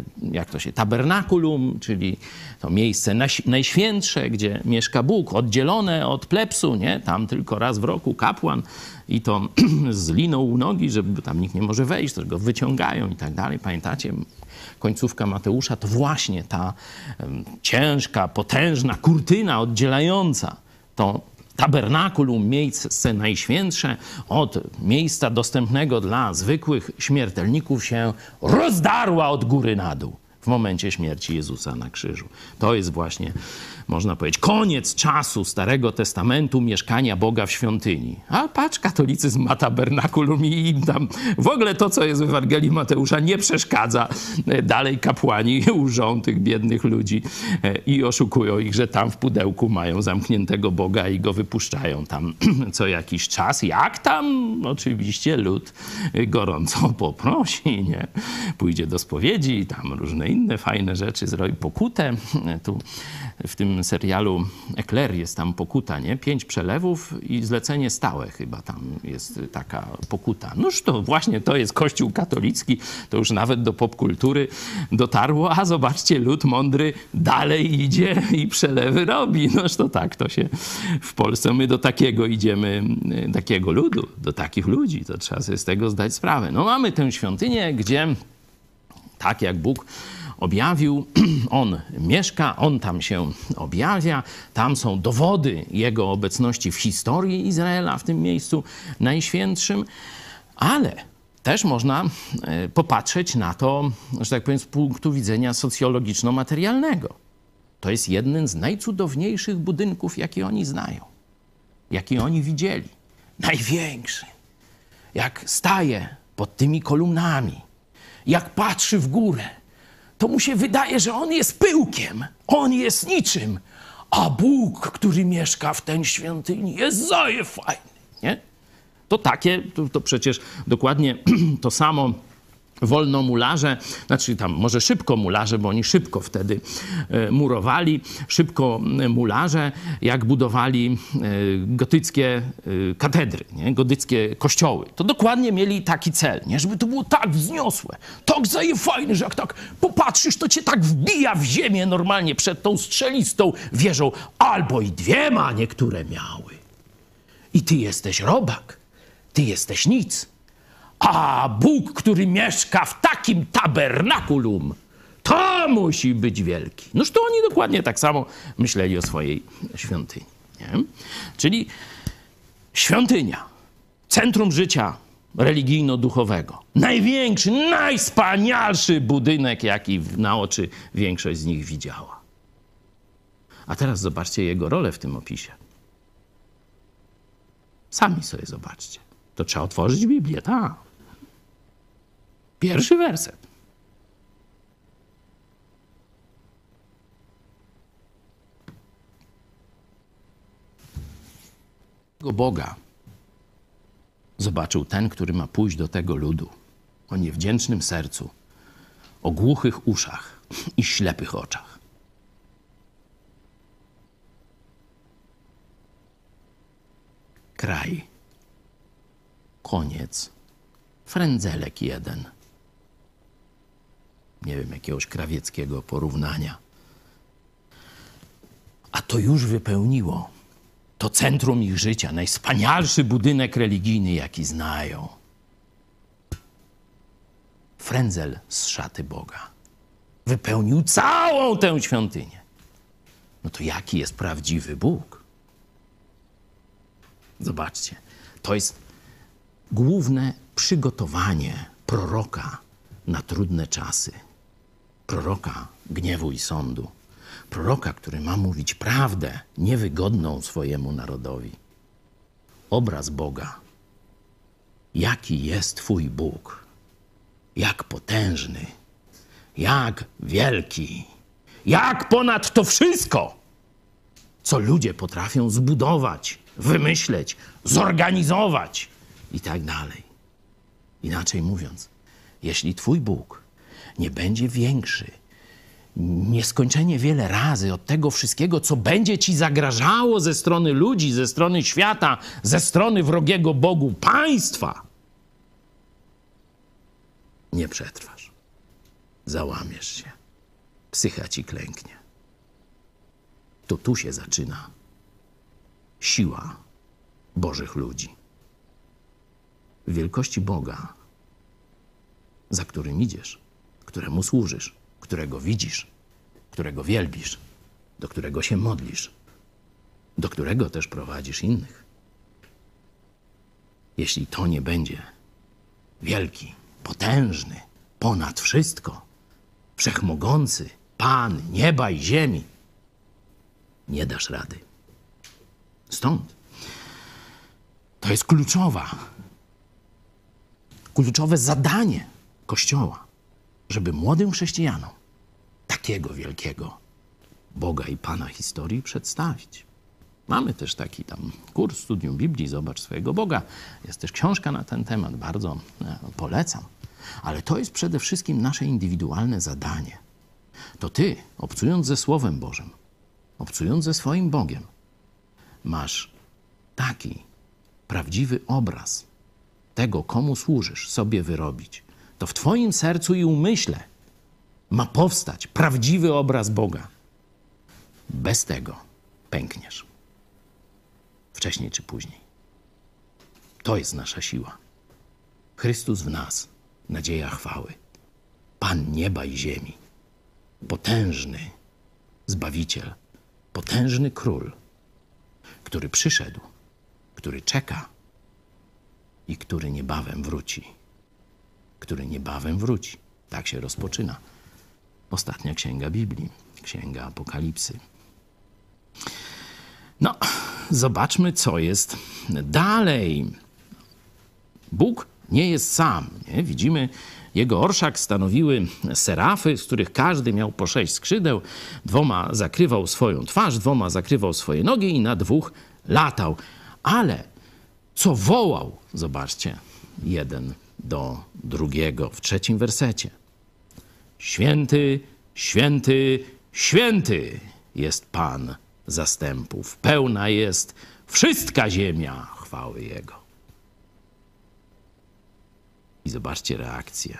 Speaker 1: tabernakulum, czyli to miejsce najświętsze, gdzie mieszka Bóg, oddzielone od plebsu, nie? Tam tylko raz w roku kapłan i to z liną u nogi, żeby tam nikt nie może wejść, to go wyciągają i tak dalej. Pamiętacie, końcówka Mateusza to właśnie ta ciężka, potężna kurtyna oddzielająca to tabernakulum, miejsce najświętsze od miejsca dostępnego dla zwykłych śmiertelników się rozdarła od góry na dół w momencie śmierci Jezusa na krzyżu. To jest właśnie, można powiedzieć, koniec czasu Starego Testamentu mieszkania Boga w świątyni. A patrz, katolicyzm ma tabernakulum i im tam w ogóle to, co jest w Ewangelii Mateusza, nie przeszkadza. Dalej kapłani łżą tych biednych ludzi i oszukują ich, że tam w pudełku mają zamkniętego Boga i go wypuszczają tam co jakiś czas. Jak tam? Oczywiście lud gorąco poprosi, nie? Pójdzie do spowiedzi i tam różne inne fajne rzeczy, zrobi pokutę. Tu w tym serialu Ekler jest tam pokuta, nie? 5 przelewów i zlecenie stałe chyba tam jest taka pokuta. Noż to właśnie to jest Kościół katolicki, to już nawet do popkultury dotarło, a zobaczcie, lud mądry dalej idzie i przelewy robi. Noż to tak, to się w Polsce my do takiego idziemy, takiego ludu, do takich ludzi, to trzeba sobie z tego zdać sprawę. No mamy tę świątynię, gdzie tak jak Bóg objawił, on mieszka, on tam się objawia, tam są dowody jego obecności w historii Izraela, w tym miejscu najświętszym, ale też można popatrzeć na to, że tak powiem, z punktu widzenia socjologiczno-materialnego. To jest jeden z najcudowniejszych budynków, jakie oni znają. jaki oni widzieli. Największy. Jak staje pod tymi kolumnami, jak patrzy w górę, to mu się wydaje, że on jest pyłkiem, on jest niczym, a Bóg, który mieszka w tej świątyni, jest zaje fajny, nie? To takie, to przecież dokładnie to samo wolno mularze, znaczy tam może szybko mularze, bo oni szybko wtedy murowali, szybko mularze, jak budowali gotyckie katedry, nie? Gotyckie kościoły. To dokładnie mieli taki cel, nie? Żeby to było tak wzniosłe, tak fajne, że jak tak popatrzysz, to cię tak wbija w ziemię normalnie przed tą strzelistą wieżą, albo i dwiema niektóre miały. I ty jesteś robak, ty jesteś nic. A Bóg, który mieszka w takim tabernakulum, to musi być wielki. Noż to oni dokładnie tak samo myśleli o swojej świątyni. Nie? Czyli świątynia, centrum życia religijno-duchowego. Największy, najwspanialszy budynek, jaki na oczy większość z nich widziała. A teraz zobaczcie jego rolę w tym opisie. Sami sobie zobaczcie. To trzeba otworzyć Biblię, tak. Pierwszy werset. Boga zobaczył ten, który ma pójść do tego ludu o niewdzięcznym sercu, o głuchych uszach i ślepych oczach. Kraj. Koniec. Frędzelek jeden. Nie wiem, jakiegoś krawieckiego porównania. A to już wypełniło to centrum ich życia, najwspanialszy budynek religijny, jaki znają. Frędzel z szaty Boga wypełnił całą tę świątynię. No to jaki jest prawdziwy Bóg? Zobaczcie, to jest główne przygotowanie proroka na trudne czasy. Proroka gniewu i sądu. Proroka, który ma mówić prawdę niewygodną swojemu narodowi. Obraz Boga. Jaki jest Twój Bóg? Jak potężny, jak wielki, jak ponad to wszystko, co ludzie potrafią zbudować, wymyśleć, zorganizować i tak dalej. Inaczej mówiąc, jeśli Twój Bóg nie będzie większy nieskończenie wiele razy od tego wszystkiego, co będzie Ci zagrażało ze strony ludzi, ze strony świata, ze strony wrogiego Bogu państwa, nie przetrwasz. Załamiesz się. Psycha Ci klęknie. To tu się zaczyna siła Bożych ludzi. W wielkości Boga, za którym idziesz, któremu służysz, którego widzisz, którego wielbisz, do którego się modlisz, do którego też prowadzisz innych. Jeśli to nie będzie wielki, potężny, ponad wszystko, wszechmogący Pan nieba i ziemi, nie dasz rady. Stąd to jest kluczowe zadanie Kościoła, żeby młodym chrześcijanom takiego wielkiego Boga i Pana historii przedstawić. Mamy też taki tam kurs Studium Biblii, Zobacz swojego Boga. Jest też książka na ten temat, bardzo polecam. Ale to jest przede wszystkim nasze indywidualne zadanie. To ty, obcując ze Słowem Bożym, obcując ze swoim Bogiem, masz taki prawdziwy obraz tego, komu służysz, sobie wyrobić. To w twoim sercu i umyśle ma powstać prawdziwy obraz Boga. Bez tego pękniesz. Wcześniej czy później. To jest nasza siła. Chrystus w nas, nadzieja chwały. Pan nieba i ziemi. Potężny Zbawiciel. Potężny Król, który przyszedł, który czeka i który niebawem wróci. Który niebawem wróci. Tak się rozpoczyna ostatnia księga Biblii, księga Apokalipsy. No, zobaczmy, co jest dalej. Bóg nie jest sam. Nie? Widzimy, jego orszak stanowiły serafy, z których każdy miał po 6 skrzydeł. 2 zakrywał swoją twarz, 2 zakrywał swoje nogi i na 2 latał. Ale co wołał, zobaczcie, jeden do drugiego w 3 wersecie. Święty, święty, święty jest Pan zastępów. Pełna jest wszystka ziemia chwały Jego. I zobaczcie reakcję.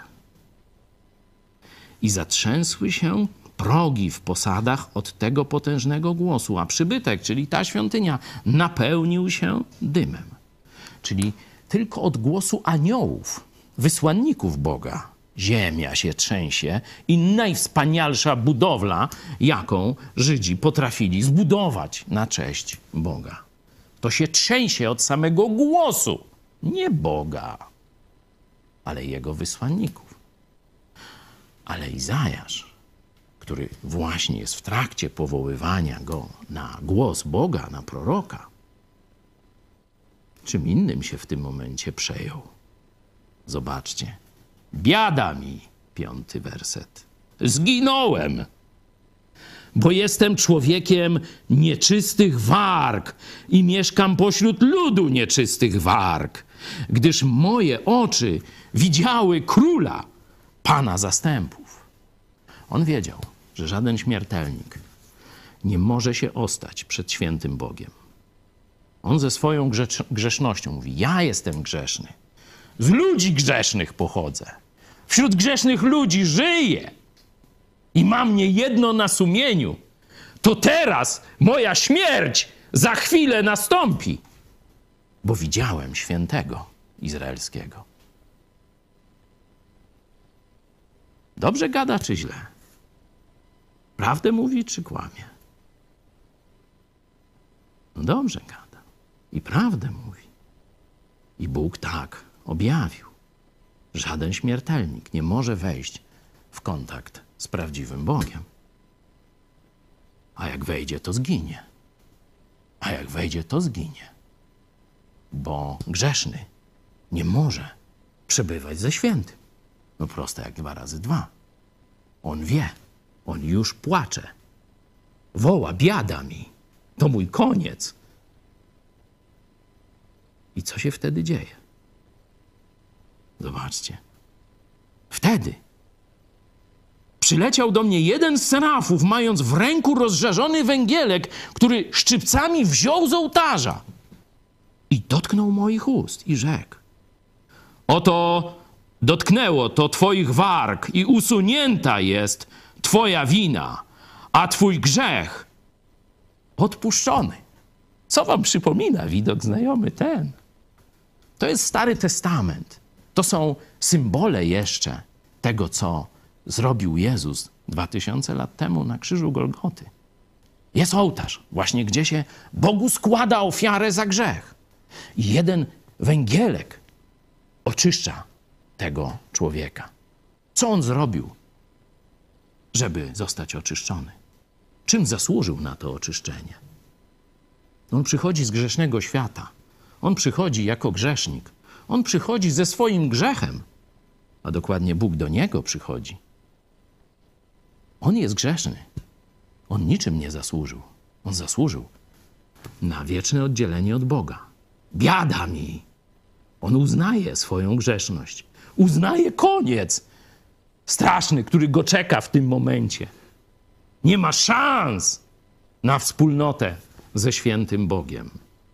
Speaker 1: I zatrzęsły się progi w posadach od tego potężnego głosu, a przybytek, czyli ta świątynia, napełnił się dymem. Czyli tylko od głosu aniołów, wysłanników Boga, ziemia się trzęsie i najwspanialsza budowla, jaką Żydzi potrafili zbudować na cześć Boga. To się trzęsie od samego głosu, nie Boga, ale jego wysłanników. Ale Izajasz, który właśnie jest w trakcie powoływania go na głos Boga, na proroka, czym innym się w tym momencie przejął. Zobaczcie. Biada mi, 5 werset. Zginąłem, bo jestem człowiekiem nieczystych warg i mieszkam pośród ludu nieczystych warg, gdyż moje oczy widziały Króla, Pana zastępów. On wiedział, że żaden śmiertelnik nie może się ostać przed świętym Bogiem. On ze swoją grzesznością mówi, ja jestem grzeszny. Z ludzi grzesznych pochodzę. Wśród grzesznych ludzi żyję. I mam niejedno na sumieniu. To teraz moja śmierć za chwilę nastąpi. Bo widziałem świętego izraelskiego. Dobrze gada czy źle? Prawdę mówi czy kłamie? No dobrze gada. I prawdę mówi. I Bóg tak objawił. Żaden śmiertelnik nie może wejść w kontakt z prawdziwym Bogiem. A jak wejdzie, to zginie. A jak wejdzie, to zginie. Bo grzeszny nie może przebywać ze świętym. No proste jak 2 razy 2. On wie. On już płacze. Woła, biada mi. To mój koniec. I co się wtedy dzieje? Zobaczcie. Wtedy przyleciał do mnie jeden z serafów, mając w ręku rozżarzony węgielek, który szczypcami wziął z ołtarza i dotknął moich ust i rzekł: oto dotknęło to twoich warg i usunięta jest twoja wina, a twój grzech odpuszczony. Co wam przypomina widok znajomy ten? To jest Stary Testament. To są symbole jeszcze tego, co zrobił Jezus 2000 lat temu na krzyżu Golgoty. Jest ołtarz, właśnie gdzie się Bogu składa ofiarę za grzech. I jeden węgielek oczyszcza tego człowieka. Co on zrobił, żeby zostać oczyszczony? Czym zasłużył na to oczyszczenie? On przychodzi z grzesznego świata. On przychodzi jako grzesznik. On przychodzi ze swoim grzechem, a dokładnie Bóg do niego przychodzi. On jest grzeszny. On niczym nie zasłużył. On zasłużył na wieczne oddzielenie od Boga. Biada mi! On uznaje swoją grzeszność. Uznaje koniec straszny, który go czeka w tym momencie. Nie ma szans na wspólnotę ze świętym Bogiem.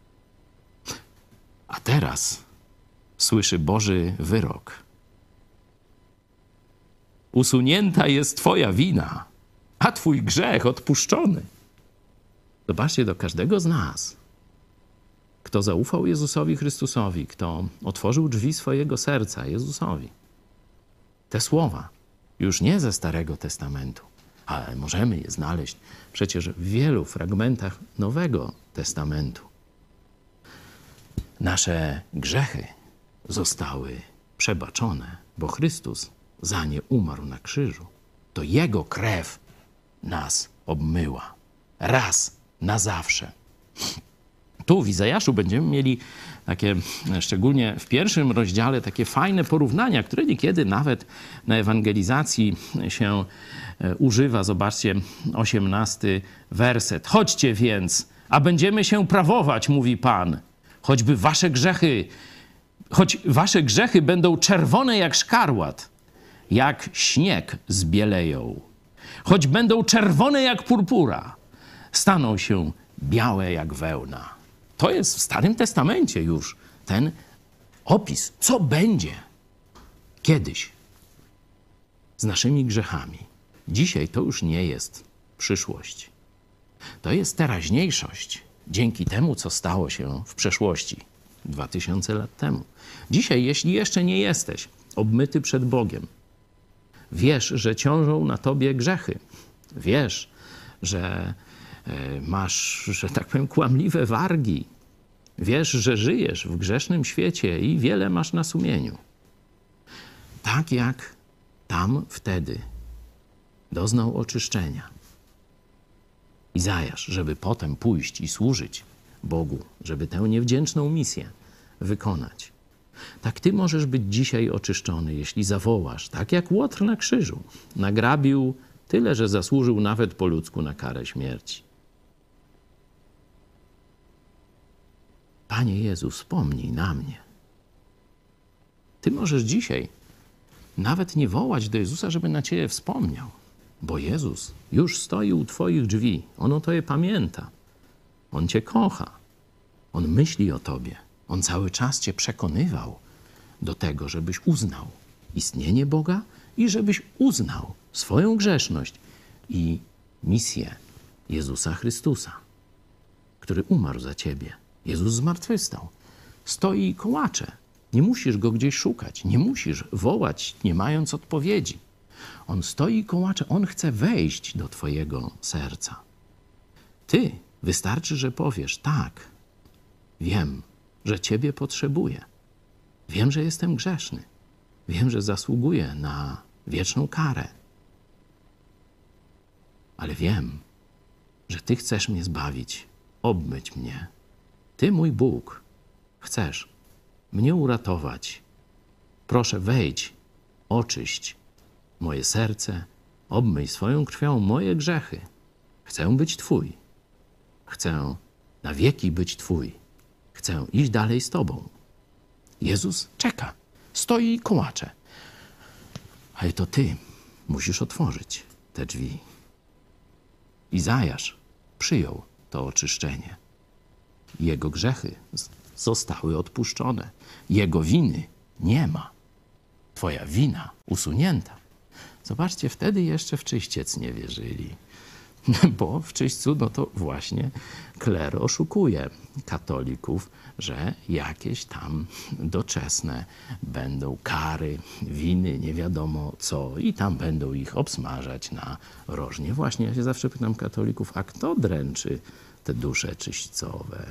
Speaker 1: A teraz słyszy Boży wyrok. Usunięta jest twoja wina, a twój grzech odpuszczony. Zobaczcie, do każdego z nas, kto zaufał Jezusowi Chrystusowi, kto otworzył drzwi swojego serca Jezusowi. Te słowa już nie ze Starego Testamentu, ale możemy je znaleźć przecież w wielu fragmentach Nowego Testamentu. Nasze grzechy zostały przebaczone, bo Chrystus za nie umarł na krzyżu. To Jego krew nas obmyła. Raz na zawsze. Tu w Izajaszu będziemy mieli takie, szczególnie w pierwszym rozdziale, takie fajne porównania, które niekiedy nawet na ewangelizacji się używa. Zobaczcie, 18 werset. Chodźcie więc, a będziemy się prawować, mówi Pan. Choć wasze grzechy będą czerwone jak szkarłat, jak śnieg zbieleją. Choć będą czerwone jak purpura, staną się białe jak wełna. To jest w Starym Testamencie już ten opis, co będzie kiedyś z naszymi grzechami. Dzisiaj to już nie jest przyszłość. To jest teraźniejszość dzięki temu, co stało się w przeszłości 2000 lat temu. Dzisiaj, jeśli jeszcze nie jesteś obmyty przed Bogiem, wiesz, że ciążą na tobie grzechy, wiesz, że masz, że tak powiem, kłamliwe wargi, wiesz, że żyjesz w grzesznym świecie i wiele masz na sumieniu. Tak jak tam wtedy doznał oczyszczenia Izajasz, żeby potem pójść i służyć Bogu, żeby tę niewdzięczną misję wykonać. Tak ty możesz być dzisiaj oczyszczony, jeśli zawołasz, tak jak Łotr na krzyżu. Nagrabił tyle, że zasłużył nawet po ludzku na karę śmierci. Panie Jezu, wspomnij na mnie. Ty możesz dzisiaj nawet nie wołać do Jezusa, żeby na ciebie wspomniał, bo Jezus już stoi u twoich drzwi. On o tobie pamięta. On cię kocha. On myśli o tobie. On cały czas cię przekonywał do tego, żebyś uznał istnienie Boga i żebyś uznał swoją grzeszność i misję Jezusa Chrystusa, który umarł za ciebie. Jezus zmartwychwstał. Stoi i kołacze. Nie musisz go gdzieś szukać. Nie musisz wołać, nie mając odpowiedzi. On stoi i kołacze. On chce wejść do twojego serca. Ty wystarczy, że powiesz, tak, wiem, że ciebie potrzebuję. Wiem, że jestem grzeszny. Wiem, że zasługuję na wieczną karę. Ale wiem, że ty chcesz mnie zbawić, obmyć mnie. Ty, mój Bóg, chcesz mnie uratować. Proszę, wejdź, oczyść moje serce, obmyj swoją krwią moje grzechy. Chcę być Twój. Chcę na wieki być Twój. Chcę iść dalej z Tobą. Jezus czeka, stoi i kołacze. Ale to Ty musisz otworzyć te drzwi. Izajasz przyjął to oczyszczenie. Jego grzechy zostały odpuszczone. Jego winy nie ma. Twoja wina usunięta. Zobaczcie, wtedy jeszcze w czyściec nie wierzyli. Bo w czyśćcu, no to właśnie kler oszukuje katolików, że jakieś tam doczesne będą kary, winy, nie wiadomo co i tam będą ich obsmażać na rożnie. Właśnie ja się zawsze pytam katolików, a kto dręczy te dusze czyśćcowe?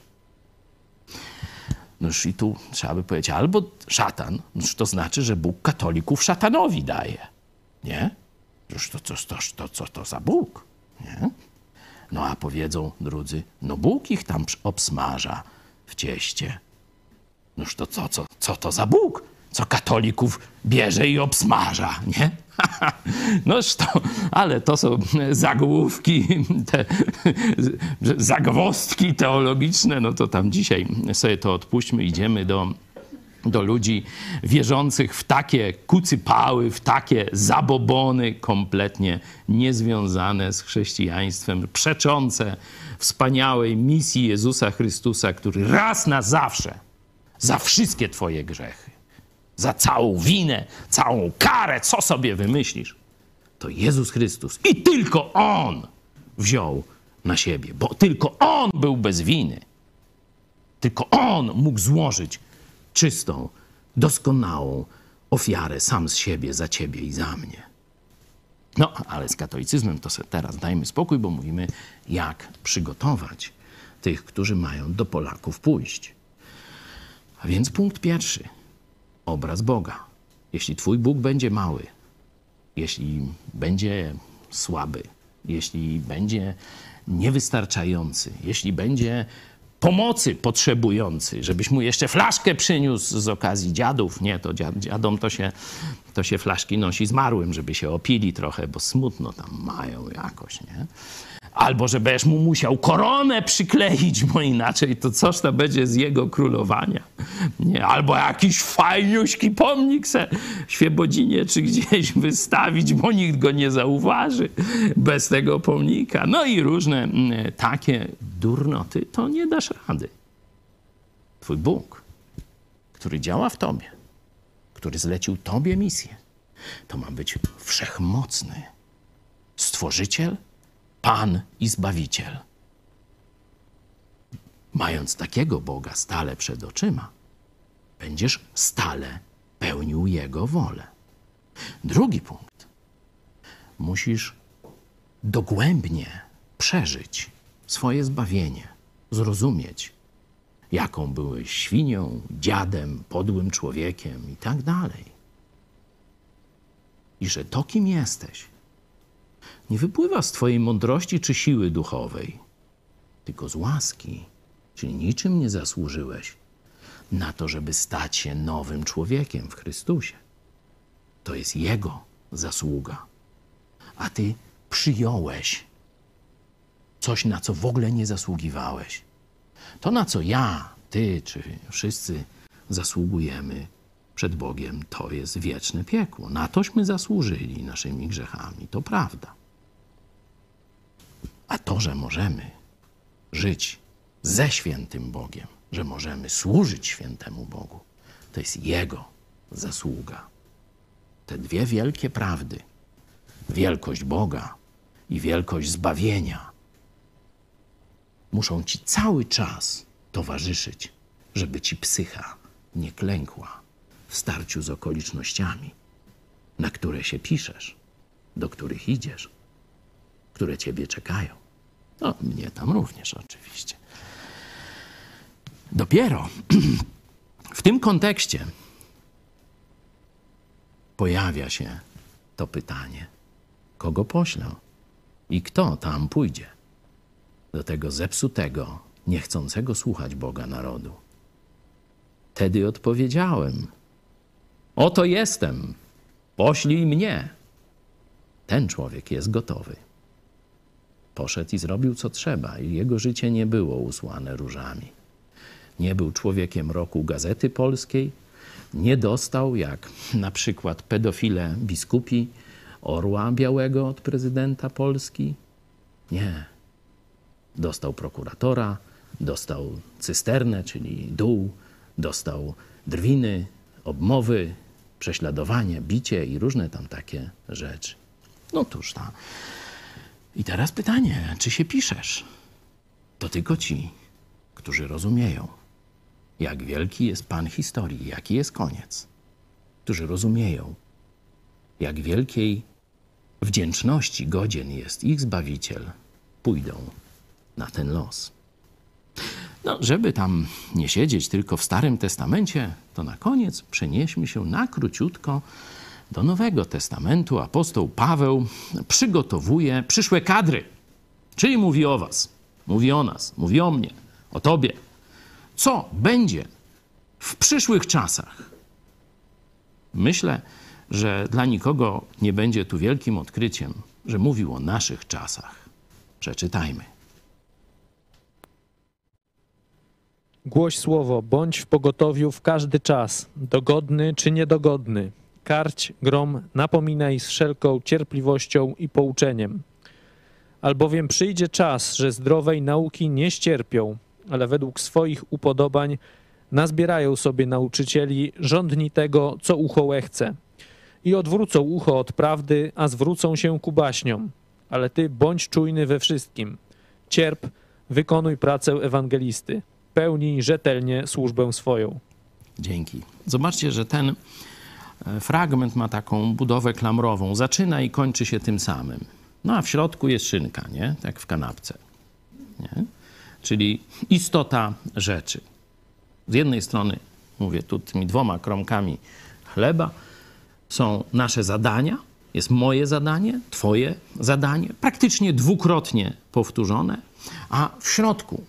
Speaker 1: Noż i tu trzeba by powiedzieć, albo szatan, noż to znaczy, że Bóg katolików szatanowi daje. Nie? Noż co to za Bóg? Nie? No a powiedzą drudzy, no Bóg ich tam obsmaża w cieście. Noż to co to za Bóg? Co katolików bierze i obsmaża, nie? Noż to, ale to są zagłówki, te zagwozdki teologiczne, no to tam dzisiaj sobie to odpuśćmy, idziemy do ludzi wierzących w takie kucypały, w takie zabobony kompletnie niezwiązane z chrześcijaństwem, przeczące wspaniałej misji Jezusa Chrystusa, który raz na zawsze za wszystkie twoje grzechy, za całą winę, całą karę, co sobie wymyślisz, to Jezus Chrystus i tylko On wziął na siebie, bo tylko On był bez winy. Tylko On mógł złożyć czystą, doskonałą ofiarę sam z siebie, za ciebie i za mnie. No, ale z katolicyzmem to sobie teraz dajmy spokój, bo mówimy, jak przygotować tych, którzy mają do Polaków pójść. A więc punkt pierwszy. Obraz Boga. Jeśli twój Bóg będzie mały, jeśli będzie słaby, jeśli będzie niewystarczający, jeśli będzie pomocy potrzebujący, żebyś mu jeszcze flaszkę przyniósł z okazji dziadów. Nie, to dziadom to się flaszki nosi zmarłym, żeby się opili trochę, bo smutno tam mają jakoś, nie? Albo że będziesz mu musiał koronę przykleić, bo inaczej to coś to będzie z jego królowania. Nie? Albo jakiś fajniuśki pomnik se w Świebodzinie czy gdzieś wystawić, bo nikt go nie zauważy bez tego pomnika. No i różne takie durnoty, to nie dasz rady. Twój Bóg, który działa w tobie, który zlecił tobie misję, to ma być wszechmocny Stworzyciel, Pan i Zbawiciel. Mając takiego Boga stale przed oczyma, będziesz stale pełnił Jego wolę. Drugi punkt. Musisz dogłębnie przeżyć swoje zbawienie, zrozumieć, jaką byłeś świnią, dziadem, podłym człowiekiem i tak dalej. I że to, kim jesteś, nie wypływa z twojej mądrości czy siły duchowej, tylko z łaski, czyli niczym nie zasłużyłeś na to, żeby stać się nowym człowiekiem w Chrystusie. To jest Jego zasługa. A ty przyjąłeś coś, na co w ogóle nie zasługiwałeś. To, na co ja, ty czy wszyscy zasługujemy przed Bogiem, to jest wieczne piekło. Na tośmy zasłużyli naszymi grzechami, to prawda. A to, że możemy żyć ze świętym Bogiem, że możemy służyć świętemu Bogu, to jest Jego zasługa. Te dwie wielkie prawdy, wielkość Boga i wielkość zbawienia, muszą ci cały czas towarzyszyć, żeby ci psycha nie klękła w starciu z okolicznościami, na które się piszesz, do których idziesz, które ciebie czekają. No, mnie tam również oczywiście. Dopiero w tym kontekście pojawia się to pytanie, kogo poślę i kto tam pójdzie do tego zepsutego, niechcącego słuchać Boga narodu. Wtedy odpowiedziałem, oto jestem, poślij mnie. Ten człowiek jest gotowy. Poszedł i zrobił, co trzeba, i jego życie nie było usłane różami. Nie był człowiekiem roku Gazety Polskiej, nie dostał, jak na przykład pedofile biskupi, orła białego od prezydenta Polski. Nie. Dostał prokuratora, dostał cysternę, czyli dół, dostał drwiny, obmowy, prześladowanie, bicie i różne tam takie rzeczy. No cóż tam. I teraz pytanie, czy się piszesz? To tylko ci, którzy rozumieją, jak wielki jest Pan historii, jaki jest koniec. Którzy rozumieją, jak wielkiej wdzięczności godzien jest ich Zbawiciel, pójdą na ten los. No, żeby tam nie siedzieć tylko w Starym Testamencie, to na koniec przenieśmy się na króciutko do Nowego Testamentu. Apostoł Paweł przygotowuje przyszłe kadry, czyli mówi o was, mówi o nas, mówi o mnie, o tobie. Co będzie w przyszłych czasach? Myślę, że dla nikogo nie będzie tu wielkim odkryciem, że mówił o naszych czasach. Przeczytajmy.
Speaker 5: Głoś słowo, bądź w pogotowiu w każdy czas, dogodny czy niedogodny. Karć, grom, napominaj z wszelką cierpliwością i pouczeniem. Albowiem przyjdzie czas, że zdrowej nauki nie ścierpią, ale według swoich upodobań nazbierają sobie nauczycieli żądni tego, co ucho łechce. I odwrócą ucho od prawdy, a zwrócą się ku baśniom. Ale ty bądź czujny we wszystkim. Cierp, wykonuj pracę ewangelisty. Pełnij rzetelnie służbę swoją.
Speaker 1: Dzięki. Zobaczcie, że ten fragment ma taką budowę klamrową. Zaczyna i kończy się tym samym. No a w środku jest szynka, nie? Tak w kanapce. Nie? Czyli istota rzeczy. Z jednej strony, mówię tu tymi dwoma kromkami chleba, są nasze zadania, jest moje zadanie, twoje zadanie, praktycznie dwukrotnie powtórzone, a w środku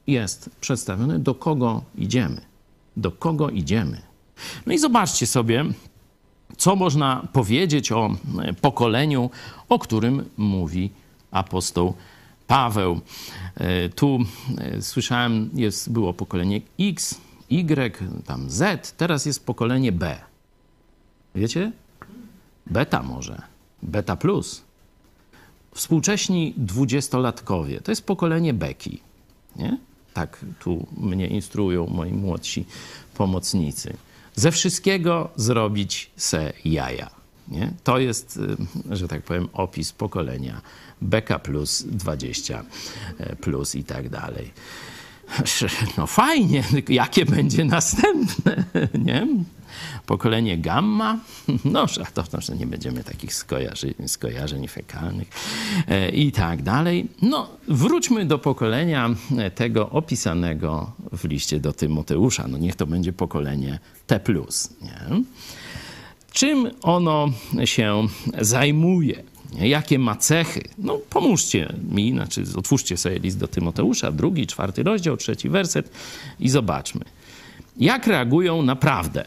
Speaker 1: jest przedstawione, do kogo idziemy. Do kogo idziemy. No i zobaczcie sobie, co można powiedzieć o pokoleniu, o którym mówi apostoł Paweł. Tu słyszałem, było pokolenie X, Y, tam Z, teraz jest pokolenie B. Wiecie? Beta może. Beta plus. Współcześni 20-latkowie. To jest pokolenie beki. Nie? Tak tu mnie instruują moi młodsi pomocnicy. Ze wszystkiego zrobić se jaja. Nie? To jest, że tak powiem, opis pokolenia beka plus 20 plus i tak dalej. No fajnie, jakie będzie następne, nie? Pokolenie gamma, no to nie będziemy takich skojarzeń fekalnych i tak dalej. No wróćmy do pokolenia tego opisanego w liście do Tymoteusza. No niech to będzie pokolenie T+, nie? Czym ono się zajmuje? Jakie ma cechy? No pomóżcie mi, znaczy otwórzcie sobie list do Tymoteusza, 2, 4 rozdział, 3 werset i zobaczmy. Jak reagują na prawdę?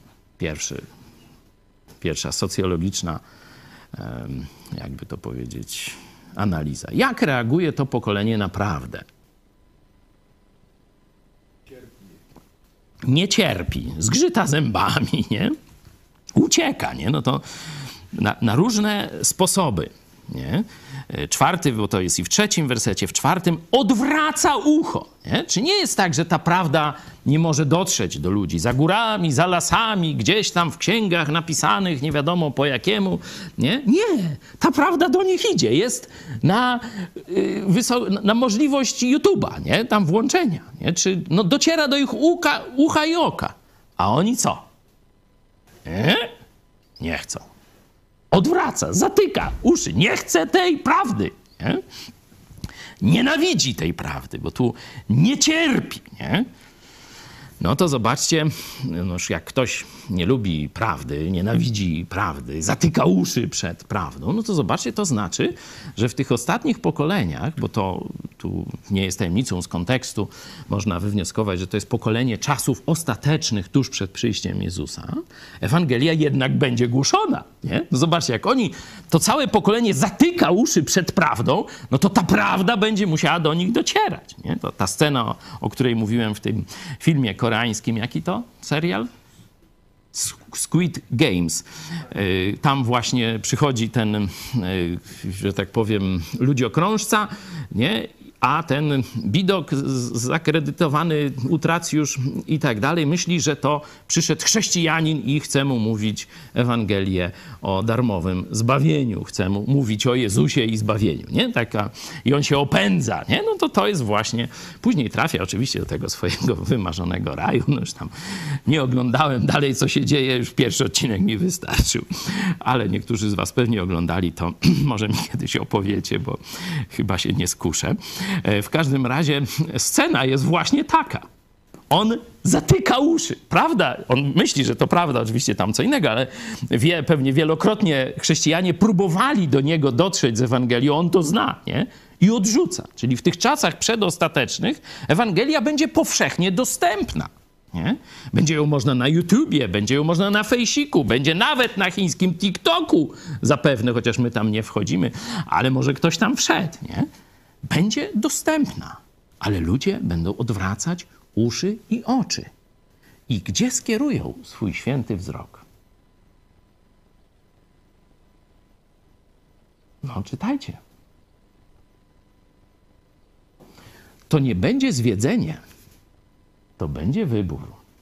Speaker 1: Pierwsza socjologiczna, jakby to powiedzieć, analiza. Jak reaguje to pokolenie na prawdę? Nie cierpi, zgrzyta zębami, nie? Ucieka, nie? No to na różne sposoby, nie? 4, bo to jest i w 3 wersecie, w 4 odwraca ucho, nie? Czy nie jest tak, że ta prawda nie może dotrzeć do ludzi za górami, za lasami, gdzieś tam w księgach napisanych, nie wiadomo po jakiemu, nie? Nie, ta prawda do nich idzie, jest na możliwość YouTube'a, nie? Tam włączenia, nie? Czy no, dociera do ich ucha i oka, a oni co? Nie chcą. Odwraca, zatyka uszy, nie chce tej prawdy. Nie? Nienawidzi tej prawdy, bo tu nie cierpi. Nie? No to zobaczcie, no jak ktoś nie lubi prawdy, nienawidzi prawdy, zatyka uszy przed prawdą, no to zobaczcie, to znaczy, że w tych ostatnich pokoleniach, bo to tu nie jest tajemnicą z kontekstu, można wywnioskować, że to jest pokolenie czasów ostatecznych tuż przed przyjściem Jezusa, Ewangelia jednak będzie głoszona. Nie? No zobaczcie, jak oni, to całe pokolenie zatyka uszy przed prawdą, no to ta prawda będzie musiała do nich docierać. Nie? To ta scena, o której mówiłem w tym filmie koreańskim, jaki to serial? Squid Games. Tam właśnie przychodzi ten, że tak powiem, ludziokrążca, nie? A ten bidok zakredytowany, utracjusz i tak dalej, myśli, że to przyszedł chrześcijanin i chce mu mówić Ewangelię o darmowym zbawieniu. Chce mu mówić o Jezusie i zbawieniu, nie? I on się opędza, nie? No to jest właśnie... Później trafia oczywiście do tego swojego wymarzonego raju. No już tam nie oglądałem dalej, co się dzieje. Już pierwszy odcinek mi wystarczył. Ale niektórzy z was pewnie oglądali, to może mi kiedyś opowiecie, bo chyba się nie skuszę. W każdym razie scena jest właśnie taka. On zatyka uszy, prawda? On myśli, że to prawda, oczywiście tam co innego, ale pewnie wielokrotnie chrześcijanie próbowali do niego dotrzeć z Ewangelią, on to zna, nie? I odrzuca. Czyli w tych czasach przedostatecznych Ewangelia będzie powszechnie dostępna. Nie? Będzie ją można na YouTubie, będzie ją można na Fejsiku, będzie nawet na chińskim TikToku zapewne, chociaż my tam nie wchodzimy, ale może ktoś tam wszedł, nie? Będzie dostępna, ale ludzie będą odwracać uszy i oczy. I gdzie skierują swój święty wzrok? No, czytajcie. To nie będzie zwiedzenie, to będzie wybór.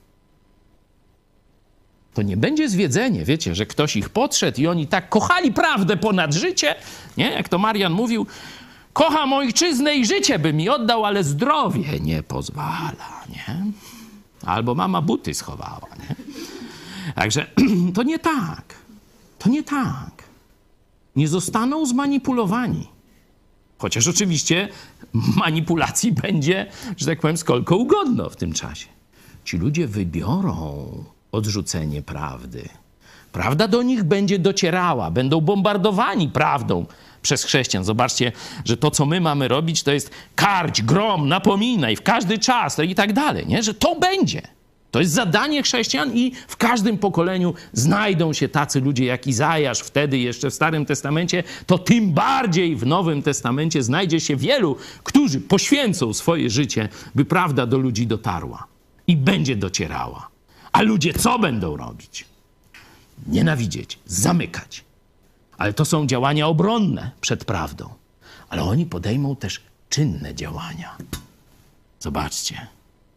Speaker 1: To nie będzie zwiedzenie, wiecie, że ktoś ich podszedł i oni tak kochali prawdę ponad życie, nie? Jak to Marian mówił, kocham ojczyznę i życie by mi oddał, ale zdrowie nie pozwala, nie? Albo mama buty schowała, nie? Także to nie tak. To nie tak. Nie zostaną zmanipulowani. Chociaż oczywiście manipulacji będzie, że tak powiem, skolko ugodno w tym czasie. Ci ludzie wybiorą odrzucenie prawdy. Prawda do nich będzie docierała, będą bombardowani prawdą przez chrześcijan. Zobaczcie, że to, co my mamy robić, to jest karć, grom, napominaj w każdy czas i tak dalej, nie? Że to będzie. To jest zadanie chrześcijan i w każdym pokoleniu znajdą się tacy ludzie jak Izajasz, wtedy jeszcze w Starym Testamencie, to tym bardziej w Nowym Testamencie znajdzie się wielu, którzy poświęcą swoje życie, by prawda do ludzi dotarła i będzie docierała. A ludzie co będą robić? Nienawidzieć, zamykać. Ale to są działania obronne przed prawdą. Ale oni podejmą też czynne działania. Zobaczcie.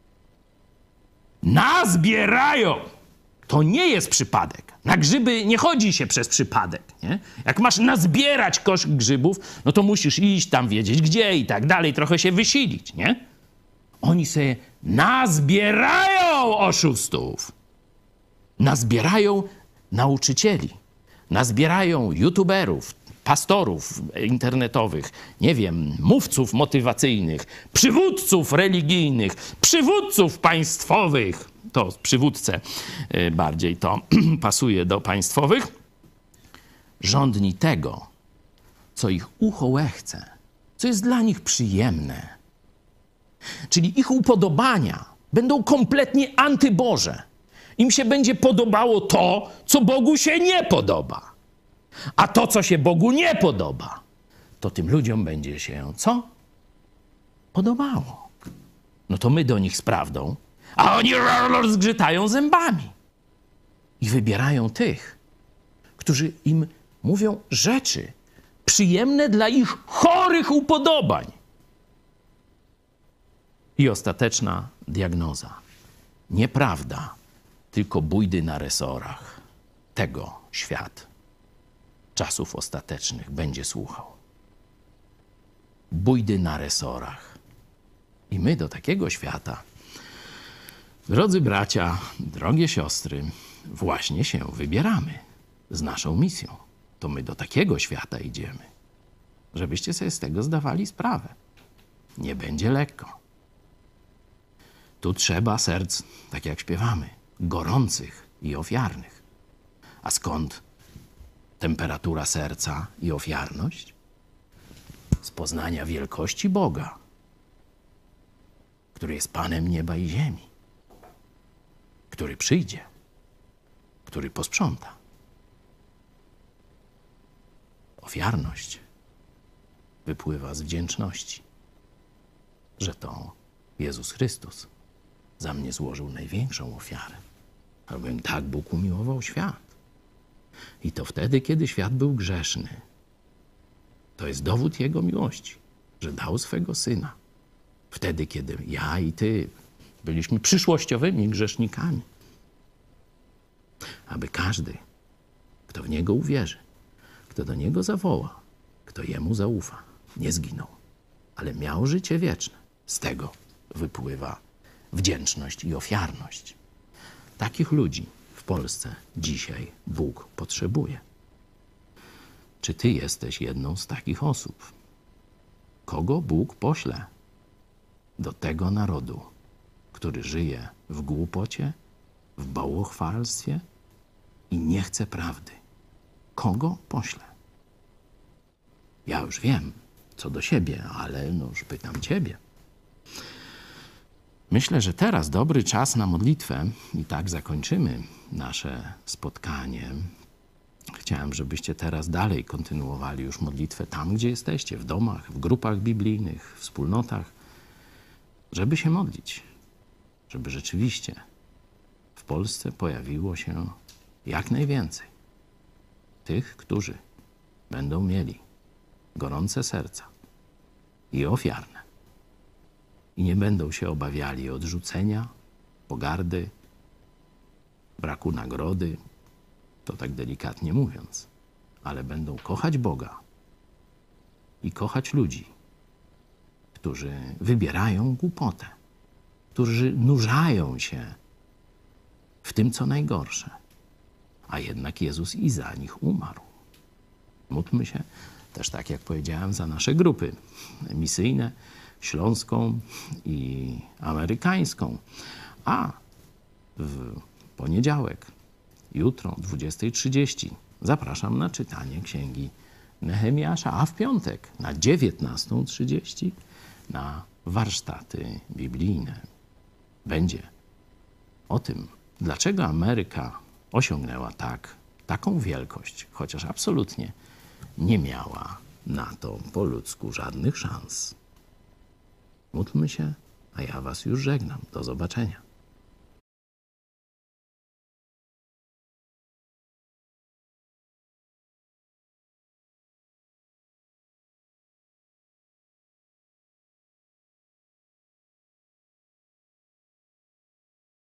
Speaker 1: Nazbierają. To nie jest przypadek. Na grzyby nie chodzi się przez przypadek, nie? Jak masz nazbierać kosz grzybów, no to musisz iść tam, wiedzieć gdzie i tak dalej, trochę się wysilić, nie? Oni sobie nazbierają oszustów. Nazbierają nauczycieli. Nazbierają youtuberów, pastorów internetowych, nie wiem, mówców motywacyjnych, przywódców religijnych, przywódców państwowych. To przywódcę bardziej to pasuje do państwowych. Żądni tego, co ich ucho łechce, co jest dla nich przyjemne. Czyli ich upodobania będą kompletnie antyboże. Im się będzie podobało to, co Bogu się nie podoba. A to, co się Bogu nie podoba, to tym ludziom będzie się co? Podobało. No to my do nich z prawdą, a oni zgrzytają zębami. I wybierają tych, którzy im mówią rzeczy przyjemne dla ich chorych upodobań. I ostateczna diagnoza. Nieprawda, tylko bójdy na resorach. Tego świat czasów ostatecznych będzie słuchał. Bójdy na resorach. I my do takiego świata, drodzy bracia, drogie siostry, właśnie się wybieramy z naszą misją. To my do takiego świata idziemy, żebyście sobie z tego zdawali sprawę. Nie będzie lekko. Tu trzeba serc, tak jak śpiewamy, gorących i ofiarnych. A skąd temperatura serca i ofiarność? Z poznania wielkości Boga, który jest Panem nieba i ziemi, który przyjdzie, który posprząta. Ofiarność wypływa z wdzięczności, że to Jezus Chrystus za mnie złożył największą ofiarę. Albowiem tak Bóg umiłował świat. I to wtedy, kiedy świat był grzeszny. To jest dowód Jego miłości, że dał swego Syna. Wtedy, kiedy ja i ty byliśmy przyszłościowymi grzesznikami. Aby każdy, kto w Niego uwierzy, kto do Niego zawoła, kto Jemu zaufa, nie zginął, ale miał życie wieczne. Z tego wypływa wdzięczność i ofiarność. Takich ludzi w Polsce dzisiaj Bóg potrzebuje. Czy ty jesteś jedną z takich osób? Kogo Bóg pośle do tego narodu, który żyje w głupocie, w bałwochwalstwie i nie chce prawdy? Kogo pośle? Ja już wiem co do siebie, ale już pytam ciebie. Myślę, że teraz dobry czas na modlitwę i tak zakończymy nasze spotkanie. Chciałem, żebyście teraz dalej kontynuowali już modlitwę tam, gdzie jesteście, w domach, w grupach biblijnych, w wspólnotach, żeby się modlić, żeby rzeczywiście w Polsce pojawiło się jak najwięcej tych, którzy będą mieli gorące serca i ofiarne i nie będą się obawiali odrzucenia, pogardy, braku nagrody, to tak delikatnie mówiąc, ale będą kochać Boga i kochać ludzi, którzy wybierają głupotę, którzy nurzają się w tym, co najgorsze, a jednak Jezus i za nich umarł. Módlmy się też, tak jak powiedziałem, za nasze grupy misyjne, śląską i amerykańską. A w poniedziałek, jutro o 20:30 zapraszam na czytanie Księgi Nehemiasza, a w piątek na 19:30 na warsztaty biblijne. Będzie o tym, dlaczego Ameryka osiągnęła taką wielkość, chociaż absolutnie nie miała na to po ludzku żadnych szans. Módlmy się, a ja was już żegnam. Do zobaczenia.